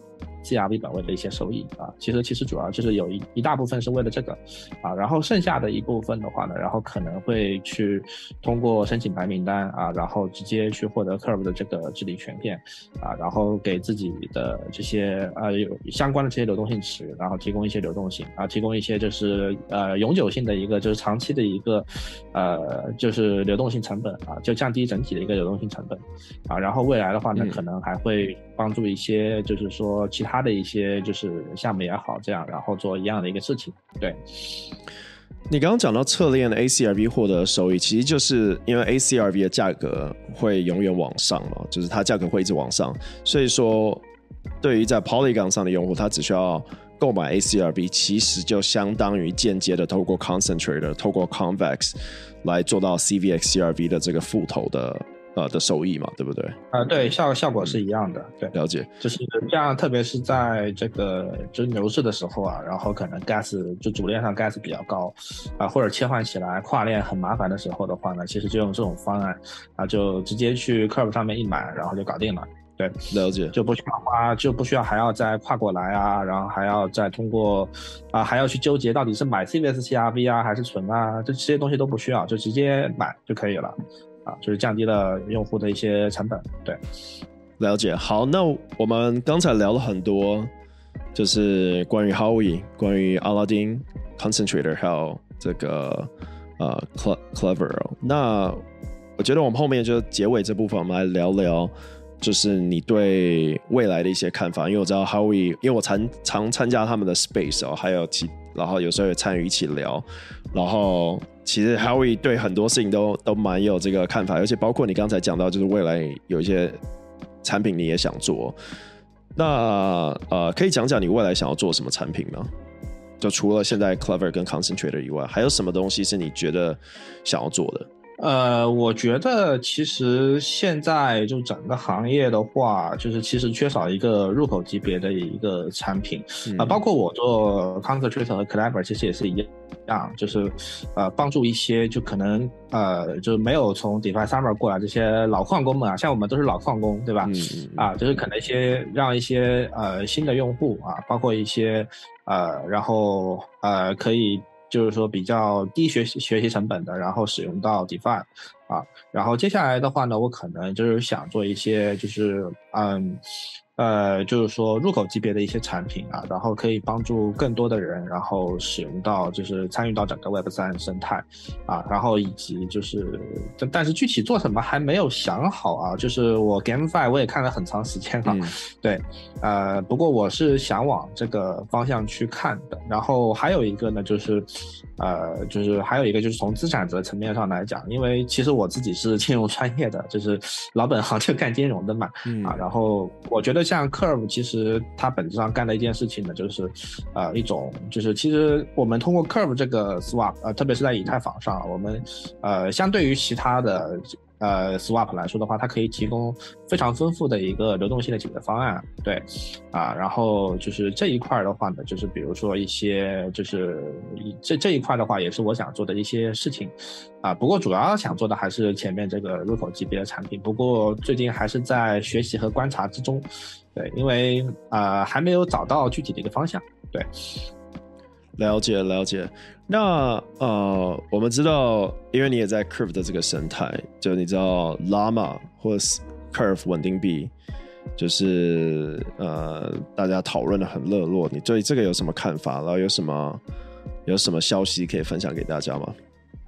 S3: C R V 本位的一些收益啊。其实其实主要就是有一一大部分是为了这个啊，然后剩下的一部分的话呢，然后可能会去通过申请白名单啊，然后直接去获得 Curve 的这个治理权限啊，然后给自己的这些呃有相关的这些流动性池，然后提供一些流动性啊，提供一些就是呃永久性的一个就是长期的一个呃就是流动性成本啊，就降低整体的一个流动性成本啊，然后未来的话呢，
S1: 嗯、
S3: 可能还会帮助一些就是说其他的一些就是项目也好，这样然后做一样的一个事情。对，
S1: 你刚刚讲到侧链的 A C R V 获得收益，其实就是因为 A C R V 的价格会永远往上嘛，就是它价格会一直往上，所以说对于在 Polygon 上的用户，他只需要购买 A C R V， 其实就相当于间接的透过 Concentrator 透过 Convex 来做到 C V X C R V 的这个复投的呃的收益嘛，对不对？
S3: 呃，对，效效果是一样的，对，
S1: 了解。
S3: 就是这样，特别是在这个就是牛市的时候啊，然后可能 gas 就主链上 gas 比较高啊，或者切换起来跨链很麻烦的时候的话呢，其实就用这种方案啊，就直接去 Curve 上面一买，然后就搞定了。对，
S1: 了解，
S3: 就不需要花，就不需要还要再跨过来啊，然后还要再通过啊，还要去纠结到底是买 C V X C R V 啊还是存啊，这这些东西都不需要，就直接买就可以了啊，就是降低了用户的一些成本。对，
S1: 了解。好，那我们刚才聊了很多，就是关于 Howey、关于阿拉丁 Concentrator 还有这个呃 Clever。那我觉得我们后面就结尾这部分，我们来聊聊。就是你对未来的一些看法，因为我知道 Howey， 因为我常常参加他们的 space 哦，还有其，然后有时候也参与一起聊，然后其实 Howey 对很多事情都都蛮有这个看法，而且包括你刚才讲到，就是未来有一些产品你也想做，那呃，可以讲讲你未来想要做什么产品吗？就除了现在 Clever 跟 Concentrator 以外，还有什么东西是你觉得想要做的？
S3: 呃，我觉得其实现在就整个行业的话，就是其实缺少一个入口级别的一个产品啊、嗯呃，包括我做 Concentrator 和 Clever 其实也是一样，就是呃帮助一些就可能呃就没有从 DeFi Summer 过来这些老矿工们啊，像我们都是老矿工对吧？嗯嗯啊，就是可能一些让一些呃新的用户啊，包括一些呃然后呃可以。就是说比较低学习学习成本的，然后使用到 DeFi 啊，然后接下来的话呢，我可能就是想做一些就是嗯呃就是说入口级别的一些产品啊，然后可以帮助更多的人，然后使用到就是参与到整个 Web 三 生态啊，然后以及就是但是具体做什么还没有想好啊，就是我 GameFi 我也看了很长时间了、嗯、对呃不过我是想往这个方向去看的，然后还有一个呢就是呃就是还有一个就是从资产的层面上来讲，因为其实我自己是金融专业的，就是老本行就干金融的嘛、嗯、啊，然后我觉得像 Curve 其实它本质上干的一件事情呢，就是呃一种就是其实我们通过 Curve 这个 swap 呃特别是在以太坊上，我们呃相对于其他的呃 swap 来说的话，它可以提供非常丰富的一个流动性的解决方案，对啊，然后就是这一块的话呢，就是比如说一些就是这这一块的话也是我想做的一些事情啊，不过主要想做的还是前面这个入口级别的产品，不过最近还是在学习和观察之中，对，因为呃还没有找到具体的一个方向，对。
S1: 了解了解，那呃，我们知道，因为你也在 Curve 的这个生态，就你知道 Llama 或者 Curve 稳定币，就是呃，大家讨论的很热络，你对这个有什么看法？然后有什么有什么消息可以分享给大家吗？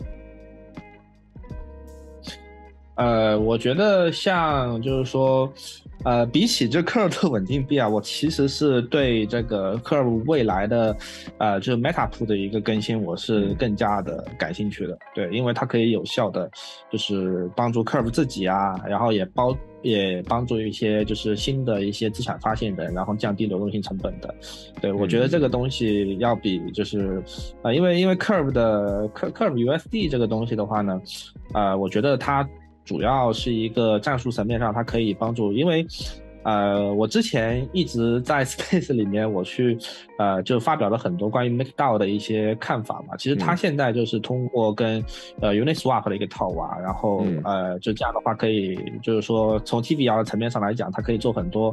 S3: 呃，我觉得像就是说，呃，比起这 Curve 的稳定币啊，我其实是对这个 Curve 未来的，呃，就是 MetaPool 的一个更新，我是更加的感兴趣的。对，因为它可以有效的，就是帮助 Curve 自己啊，然后也包也帮助一些就是新的一些资产发现人，然后降低流动性成本的。对，我觉得这个东西要比就是啊、呃，因为因为 Curve 的 Curve U S D 这个东西的话呢，呃，我觉得它主要是一个战术层面上，它可以帮助，因为，呃，我之前一直在 Space 里面，我去，呃，就发表了很多关于 MakerDAO 的一些看法嘛。其实它现在就是通过跟呃 Uniswap 的一个套娃，然后呃，就这样的话可以，就是说从 T V L 的层面上来讲，它可以做很多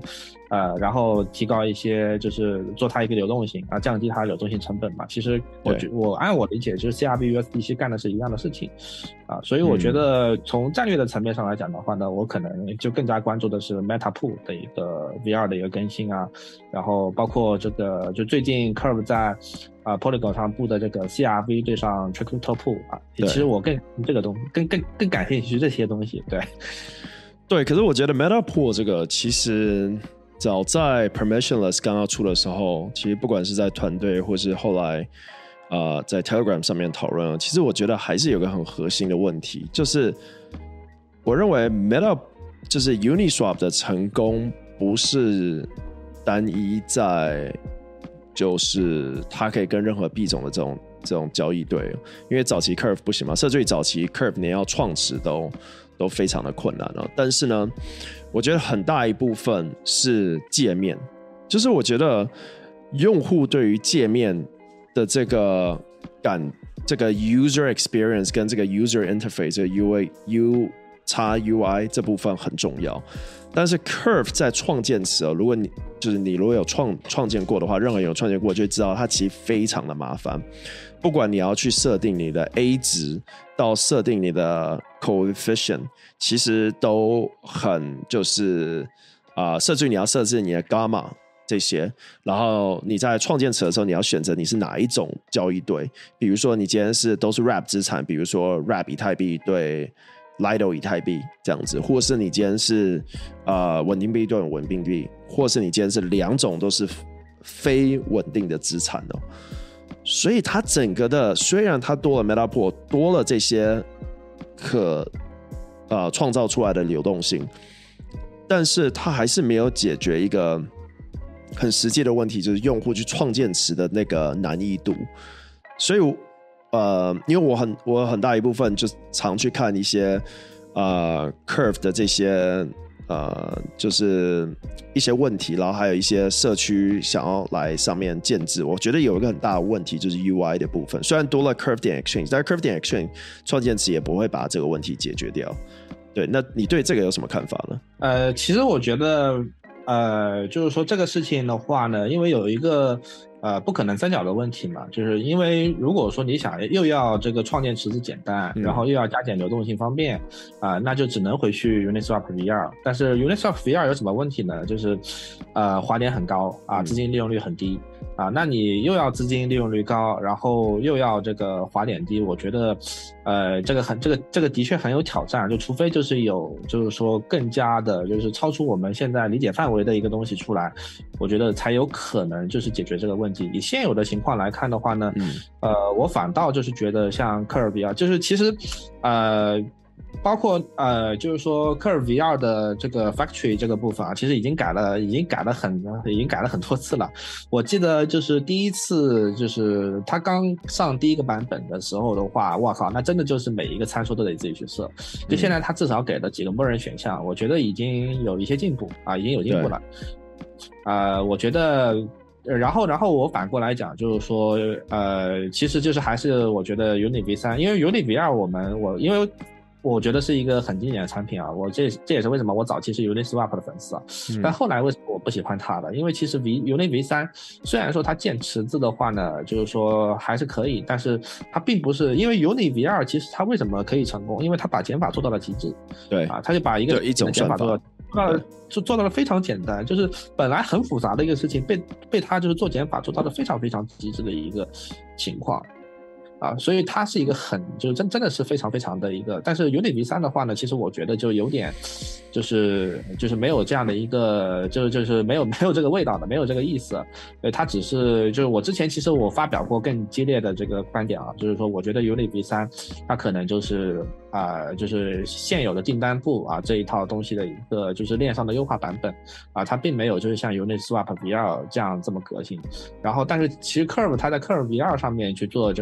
S3: 呃，然后提高一些就是做它一个流动性啊，降低它流动性成本嘛。其实我觉我按我理解，就是 C R V U S D C 干的是一样的事情啊，所以我觉得从战略的层面上来讲的话呢，我可能就更加关注的是 Meta Pool 的一个 V R 的一个更新啊，然后包括这个就最近 Curve 在啊、呃、Polygon 上布的这个 C R V 对上 Crypto Pool 啊，其实我更这个东西更更更感兴趣这些东西，对
S1: 对。可是我觉得 Meta Pool 这个其实早在 Permissionless 刚刚出的时候，其实不管是在团队或是后来呃在 Telegram 上面讨论，其实我觉得还是有个很核心的问题，就是我认为 Meta 就是 Uniswap 的成功不是单一在就是它可以跟任何币种的这种这种交易对，因为早期 Curve 不行嘛，甚至于早期 Curve 你要创持都都非常的困难了。但是呢，我觉得很大一部分是界面，就是我觉得用户对于界面的这个感，这个 user experience 跟这个 user interface 这个 U A U 叉 U I 这部分很重要。但是 Curve 在创建时、哦、如果你就是你如果有创创建过的话，任何人有创建过就会知道它其实非常的麻烦。不管你要去设定你的 A 值到设定你的 coefficient， 其实都很就是啊、呃，甚至于你要设置你的 gamma 这些，然后你在创建词的时候，你要选择你是哪一种交易对，比如说你今天是都是 wrap 资产，比如说 wrap 以太币对Lido 以太币这样子，或是你今天是呃稳定币对稳定币，或是你今天是两种都是非稳定的资产哦。所以它整个的虽然它多了 Meta Pool， 多了这些可呃创造出来的流动性，但是它还是没有解决一个很实际的问题，就是用户去创建词的那个难易度。所以呃，因为我很我很大一部分就常去看一些呃 Curve 的这些呃，就是一些问题，然后还有一些社区想要来上面建制。我觉得有一个很大的问题就是 U I 的部分，虽然多了 Curve 点 Exchange， 但是 Curve 点 Exchange 创建词也不会把这个问题解决掉。对，那你对这个有什么看法呢？
S3: 呃，其实我觉得，呃，就是说这个事情的话呢，因为有一个呃不可能三角的问题嘛，就是因为如果说你想又要这个创建池子简单，
S1: 嗯、
S3: 然后又要加减流动性方便啊、呃，那就只能回去 Uniswap V R。但是 Uniswap V R 有什么问题呢？就是呃滑点很高啊，资金利用率很低。啊，那你又要资金利用率高，然后又要这个滑点低，我觉得，呃，这个很这个这个的确很有挑战。就除非就是有就是说更加的，就是超出我们现在理解范围的一个东西出来，我觉得才有可能就是解决这个问题。以现有的情况来看的话呢，嗯、呃，我反倒就是觉得像 Curve 啊，就是其实，呃。包括呃，就是说 Curve V R 的这个 Factory 这个部分啊，其实已经改了，已经改了很，已经改了很多次了。我记得就是第一次，就是它刚上第一个版本的时候的话，哇靠，那真的就是每一个参数都得自己去设。就现在它至少给了几个默认选项，我觉得已经有一些进步啊，已经有进步了。呃，我觉得。然后，然后我反过来讲，就是说，呃，其实就是还是我觉得 Uni V 三，因为 Uni V 二我们我因为。我觉得是一个很经典的产品啊，我这这也是为什么我早期是 Uniswap 的粉丝啊，嗯、但后来为什么我不喜欢它了？因为其实 V Uni V 三虽然说它建池子的话呢，就是说还是可以，但是它并不是因为 Uni V 二其实它为什么可以成功？因为它把减法做到了极致，
S1: 对
S3: 啊，它就把一个
S1: 一种
S3: 减法做到做到了就做到了非常简单，就是本来很复杂的一个事情被被它就是做减法做到了非常非常极致的一个情况。啊，所以它是一个很，就是真真的是非常非常的一个，但是 Uni V 三的话呢，其实我觉得就有点，就是就是没有这样的一个，就就是没有没有这个味道的，没有这个意思。对，它只是就是我之前其实我发表过更激烈的这个观点啊，就是说我觉得 Uni V 三它可能就是啊、呃，就是现有的订单簿啊这一套东西的一个就是链上的优化版本啊，它并没有就是像 Uniswap V 二这样这么革新。然后，但是其实 Curve 它在 Curve V 二上面去做这个东西的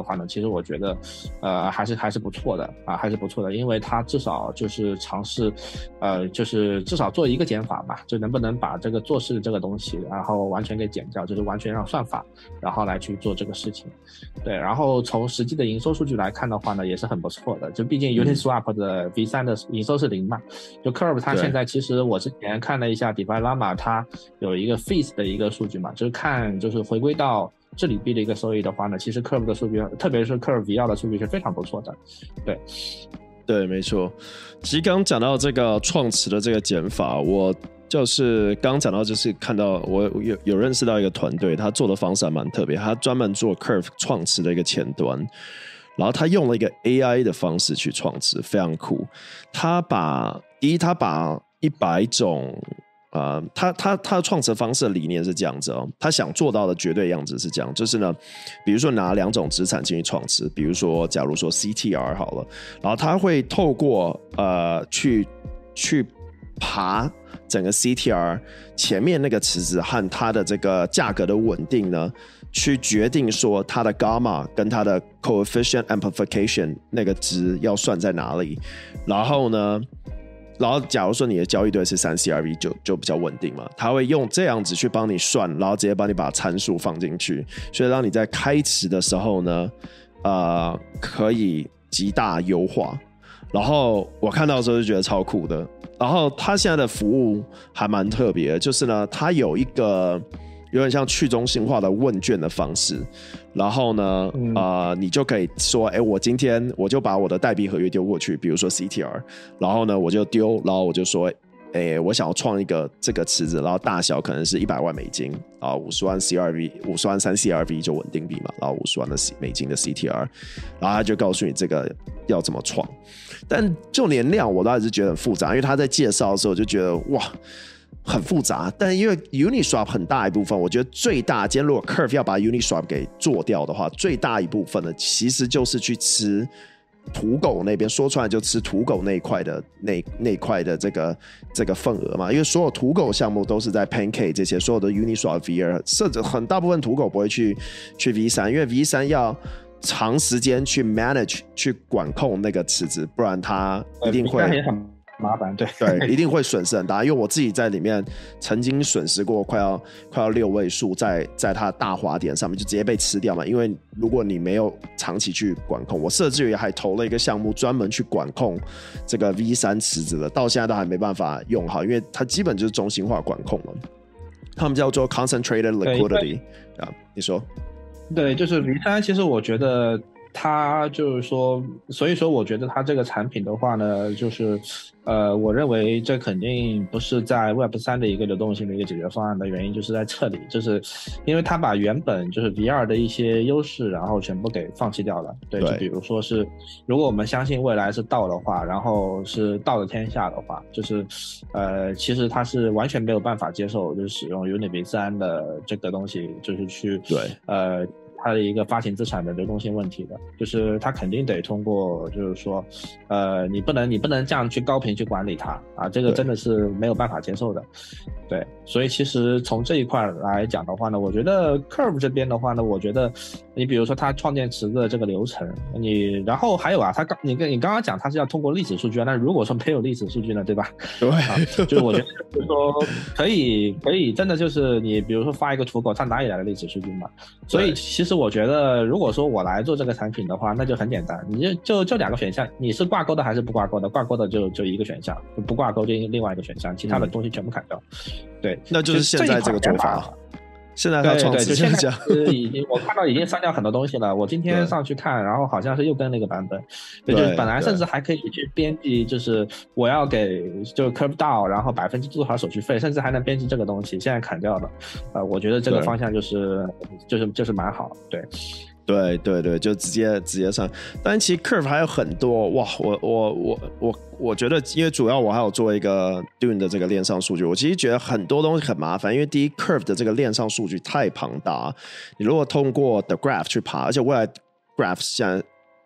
S3: 话呢，其实我觉得呃还是还是不错的啊，还是不错的，因为它至少就是尝试呃就是至少做一个减法吧，就能不能把这个做事这个东西然后完全给减掉，就是完全让算法然后来去做这个事情。对，然后从实际的营收数据来看的话呢，也是很不错的，就毕竟 Uniswap 的 V 三 的营收是零嘛，就 Curve 它现在其实我之前看了一下 DeFi Llama 它有一个 Fees 的一个数据嘛，就是看就是回归到治理币的一个收益的话呢，其实 Curve 的数据，特别是 Curve V 二 的数据是非常不错的。对，
S1: 对，没错。其实刚刚讲到这个创池的这个减法，我就是刚刚讲到，就是看到我有有认识到一个团队，他做的方式还蛮特别，他专门做 Curve 创池的一个前端，然后他用了一个 A I 的方式去创池，非常酷。他把第一，他把一百种。呃，他他他的创池方式的理念是这样子哦，他想做到的绝对样子是这样，就是呢，比如说拿两种资产进去创池，比如说假如说 C T R 好了，然后他会透过呃去去爬整个 C T R 前面那个池子和它的这个价格的稳定呢，去决定说它的 gamma 跟它的 coefficient amplification 那个值要算在哪里，然后呢。然后，假如说你的交易对是三 C R V 就就比较稳定嘛，他会用这样子去帮你算，然后直接帮你把参数放进去，所以让你在开池的时候呢，呃，可以极大优化。然后我看到的时候就觉得超酷的。然后他现在的服务还蛮特别的，就是呢，他有一个有点像去中心化的问卷的方式。然后呢，嗯、呃，你就可以说，哎，我今天我就把我的代币合约丢过去，比如说 C T R， 然后呢，我就丢，然后我就说，哎，我想要创一个这个池子，然后大小可能是一百万美金，然后五十万 C R V， 五十万三 C R V 就稳定币嘛，然后五十万的美金的 C T R， 然后他就告诉你这个要怎么创，但就连量我都还是觉得很复杂，因为他在介绍的时候就觉得哇。很复杂，但因为 Uniswap 很大一部分，我觉得最大，今天如果 Curve 要把 Uniswap 给做掉的话，最大一部分呢，其实就是去吃土狗那边，说出来就吃土狗那一块的那那块的这个这个份额嘛，因为所有土狗项目都是在 Pancake 这些所有的 Uniswap V 二，甚至很大部分土狗不会去去 V 三，因为 V 三要长时间去 manage 去管控那个池子，不然它一定会。
S3: 麻烦，对
S1: 对，一定会损失很大。因为我自己在里面曾经损失过快要快要六位数在，在它大滑点上面就直接被吃掉嘛。因为如果你没有长期去管控，我甚至于还投了一个项目专门去管控这个 V 三 池子的，到现在都还没办法用好，因为它基本就是中心化管控了。他们叫做 concentrated liquidity 啊，你说？
S3: 对，就是 V 三，其实我觉得。它就是说，所以说我觉得它这个产品的话呢，就是呃，我认为这肯定不是在 Web 三 的一个流动性的一个解决方案的原因，就是在这里，就是因为它把原本就是 V 二 的一些优势，然后全部给放弃掉了。对，
S1: 对
S3: 就比如说是，如果我们相信未来是道的话，然后是道的天下的话，就是呃，其实它是完全没有办法接受就是使用 Uni V 三 的这个东西，就是去
S1: 对
S3: 呃。它的一个发行资产的流动性问题的，就是它肯定得通过，就是说，呃，你不能你不能这样去高频去管理它啊，这个真的是没有办法接受的，对，所以其实从这一块来讲的话呢，我觉得 Curve 这边的话呢，我觉得你比如说它创建池子的这个流程，你然后还有啊，它刚你跟你刚刚讲它是要通过历史数据啊，那如果说没有历史数据呢，对吧？
S1: 对，
S3: 啊、就是我觉得就是说可以可以真的就是你比如说发一个土狗，它哪里来的历史数据嘛？所以其实我觉得，如果说我来做这个产品的话，那就很简单，你就就就两个选项，你是挂钩的还是不挂钩的？挂钩的就就一个选项，不挂钩就另外一个选项，其他的东西全部砍掉。嗯、对，
S1: 那就是现在这个做法。现在他创
S3: 对对，就现在
S1: 已
S3: 经我看到已经删掉很多东西了。我今天上去看，然后好像是又跟那个版本，对，就是本来甚至还可以去编辑，就是我要给就 Curve DAO， 然后百分之多少手续费，甚至还能编辑这个东西，现在砍掉了。呃，我觉得这个方向就是就是就是蛮好，对。
S1: 对对对，就直接直接上。但其实 Curve 还有很多哇，我我我我我觉得，因为主要我还有做一个 Dune 的这个链上数据，我其实觉得很多东西很麻烦，因为第一 Curve 的这个链上数据太庞大，你如果通过 The Graph 去爬，而且未来 Graph 现在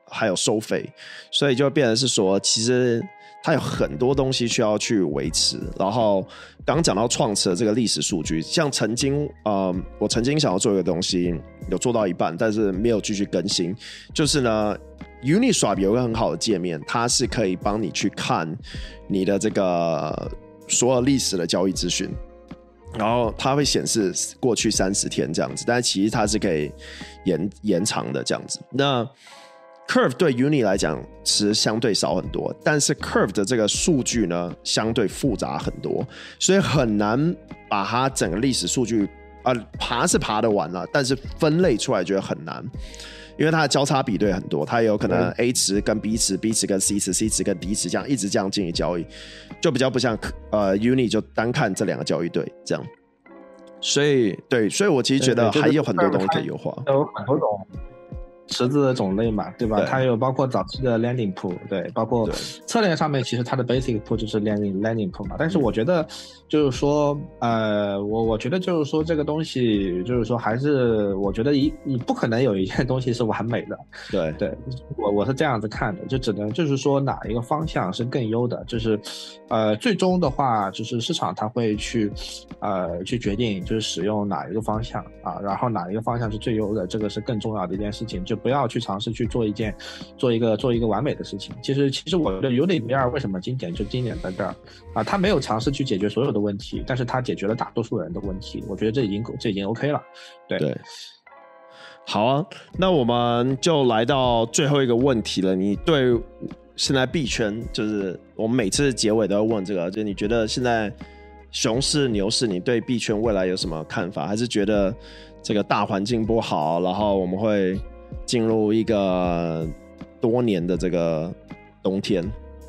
S1: 还有收费，所以就变成是说，其实它有很多东西需要去维持。然后刚刚讲到创词的这个历史数据，像曾经呃，我曾经想要做一个东西，有做到一半，但是没有继续更新，就是呢。Uniswap 有一个很好的界面，它是可以帮你去看你的这个所有历史的交易资讯，然后它会显示过去三十天这样子，但其实它是可以 延, 延长的这样子。那 Curve 对 Uni 来讲其实相对少很多，但是 Curve 的这个数据呢相对复杂很多，所以很难把它整个历史数据呃爬是爬得完了，但是分类出来觉得很难。因为它的交叉比对很多，它有可能 A 池跟 B 池 ，B 池跟 C 池 ，C 池跟 D 池，这样一直这样进行交易，就比较不像呃 Uni 就单看这两个交易对这样。所以对，所以我其实觉得还有很多东西可以优化，
S3: 有很多种池子的种类嘛，对吧？对，它有包括早期的 landing pool， 对，包括策略上面其实它的 basic pool 就是 landing landing pool 嘛。但是我觉得就是说，呃，我我觉得就是说这个东西就是说还是我觉得一你不可能有一件东西是完美的，
S1: 对
S3: 对，我我是这样子看的，就只能就是说哪一个方向是更优的，就是呃最终的话就是市场它会去呃去决定就是使用哪一个方向啊，然后哪一个方向是最优的，这个是更重要的一件事情，就不要去尝试去做一件做一个做一个完美的事情。其实其实我觉得 Uni 零二为什么经典就经典在这儿啊，他没有尝试去解决所有的问题，但是他解决了大多数人的问题，我觉得这已经这已经 OK 了。对
S1: 对，好啊，那我们就来到最后一个问题了。你对现在币圈，就是我们每次结尾都要问这个，就是你觉得现在熊市牛市，你对币圈未来有什么看法？还是觉得这个大环境不好，然后我们会进入一个多年的这个冬天？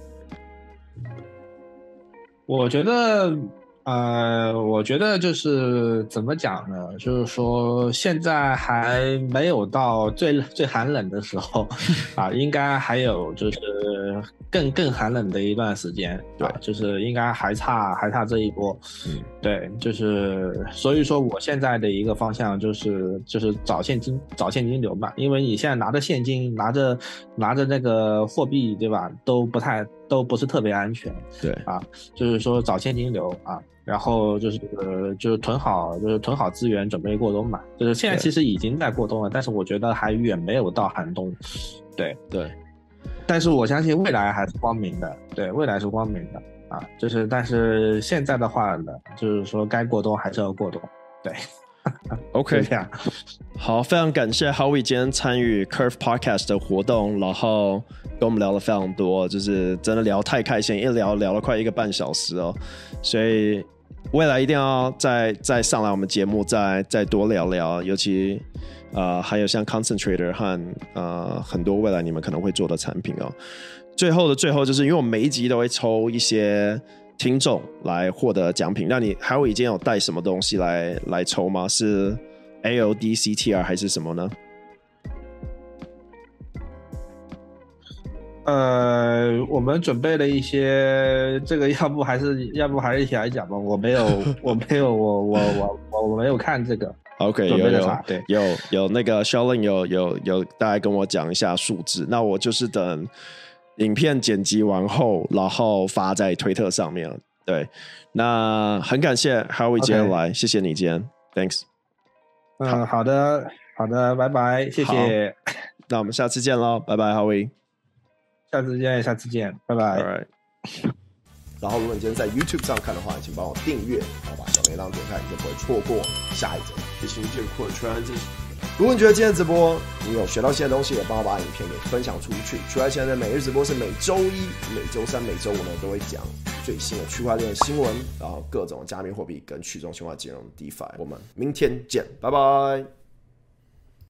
S3: 我觉得呃，我觉得就是怎么讲呢？就是说现在还没有到最最寒冷的时候啊，应该还有就是更更寒冷的一段时间，对、啊，就是应该还差还差这一波，嗯，对，就是所以说我现在的一个方向就是就是找现金找现金流嘛，因为你现在拿着现金拿着拿着那个货币，对吧，都不太都不是特别安全，
S1: 对
S3: 啊，就是说找现金流啊。然后就是、呃、就是囤好就是囤好资源准备过冬嘛，就是现在其实已经在过冬了，但是我觉得还远没有到寒冬，对
S1: 对，
S3: 但是我相信未来还是光明的，对，未来是光明的啊，就是但是现在的话呢，就是说该过冬还是要过冬，对
S1: ，OK，
S3: 这样。
S1: 好，非常感谢 Howie 今天参与 Curve Podcast 的活动，然后跟我们聊了非常多，就是真的聊太开心，一聊聊了快一个半小时哦，所以未来一定要再再上来我们节目再再多聊聊，尤其呃还有像 Concentrator 和呃很多未来你们可能会做的产品哦。最后的最后，就是因为我们每一集都会抽一些听众来获得奖品，那你还有已经有带什么东西来来抽吗？是 A O D C T R 还是什么呢？
S3: 呃，我们准备了一些，这个要不还是要不还是一起来讲吧。我没有，我没有，我我我我我没有看这个。
S1: OK， 有有对有有那个 Sheldon 有有有大概跟我讲一下数字，那我就是等影片剪辑完后，然后发在推特上面。对，那很感谢 Howie 今天来， okay. 谢谢你今天 ，Thanks。
S3: 嗯，好的，好的，拜拜，谢谢。
S1: 那我们下次见喽，拜拜 ，Howie。
S3: 下次见，下次见，拜拜。
S1: Alright. 然后，如果你今天在 YouTube 上看的话，请帮我订阅，然后把小铃铛点开，你就不会错过下一集。谢谢这个 Transition。如果你觉得今天直播你有学到新的东西，也帮我把影片给分享出去。区块链的每日直播是每周一、每周三、每周五呢都会讲最新的区块链新闻，然后各种加密货币跟去中心化金融 DeFi。我们明天见，拜拜。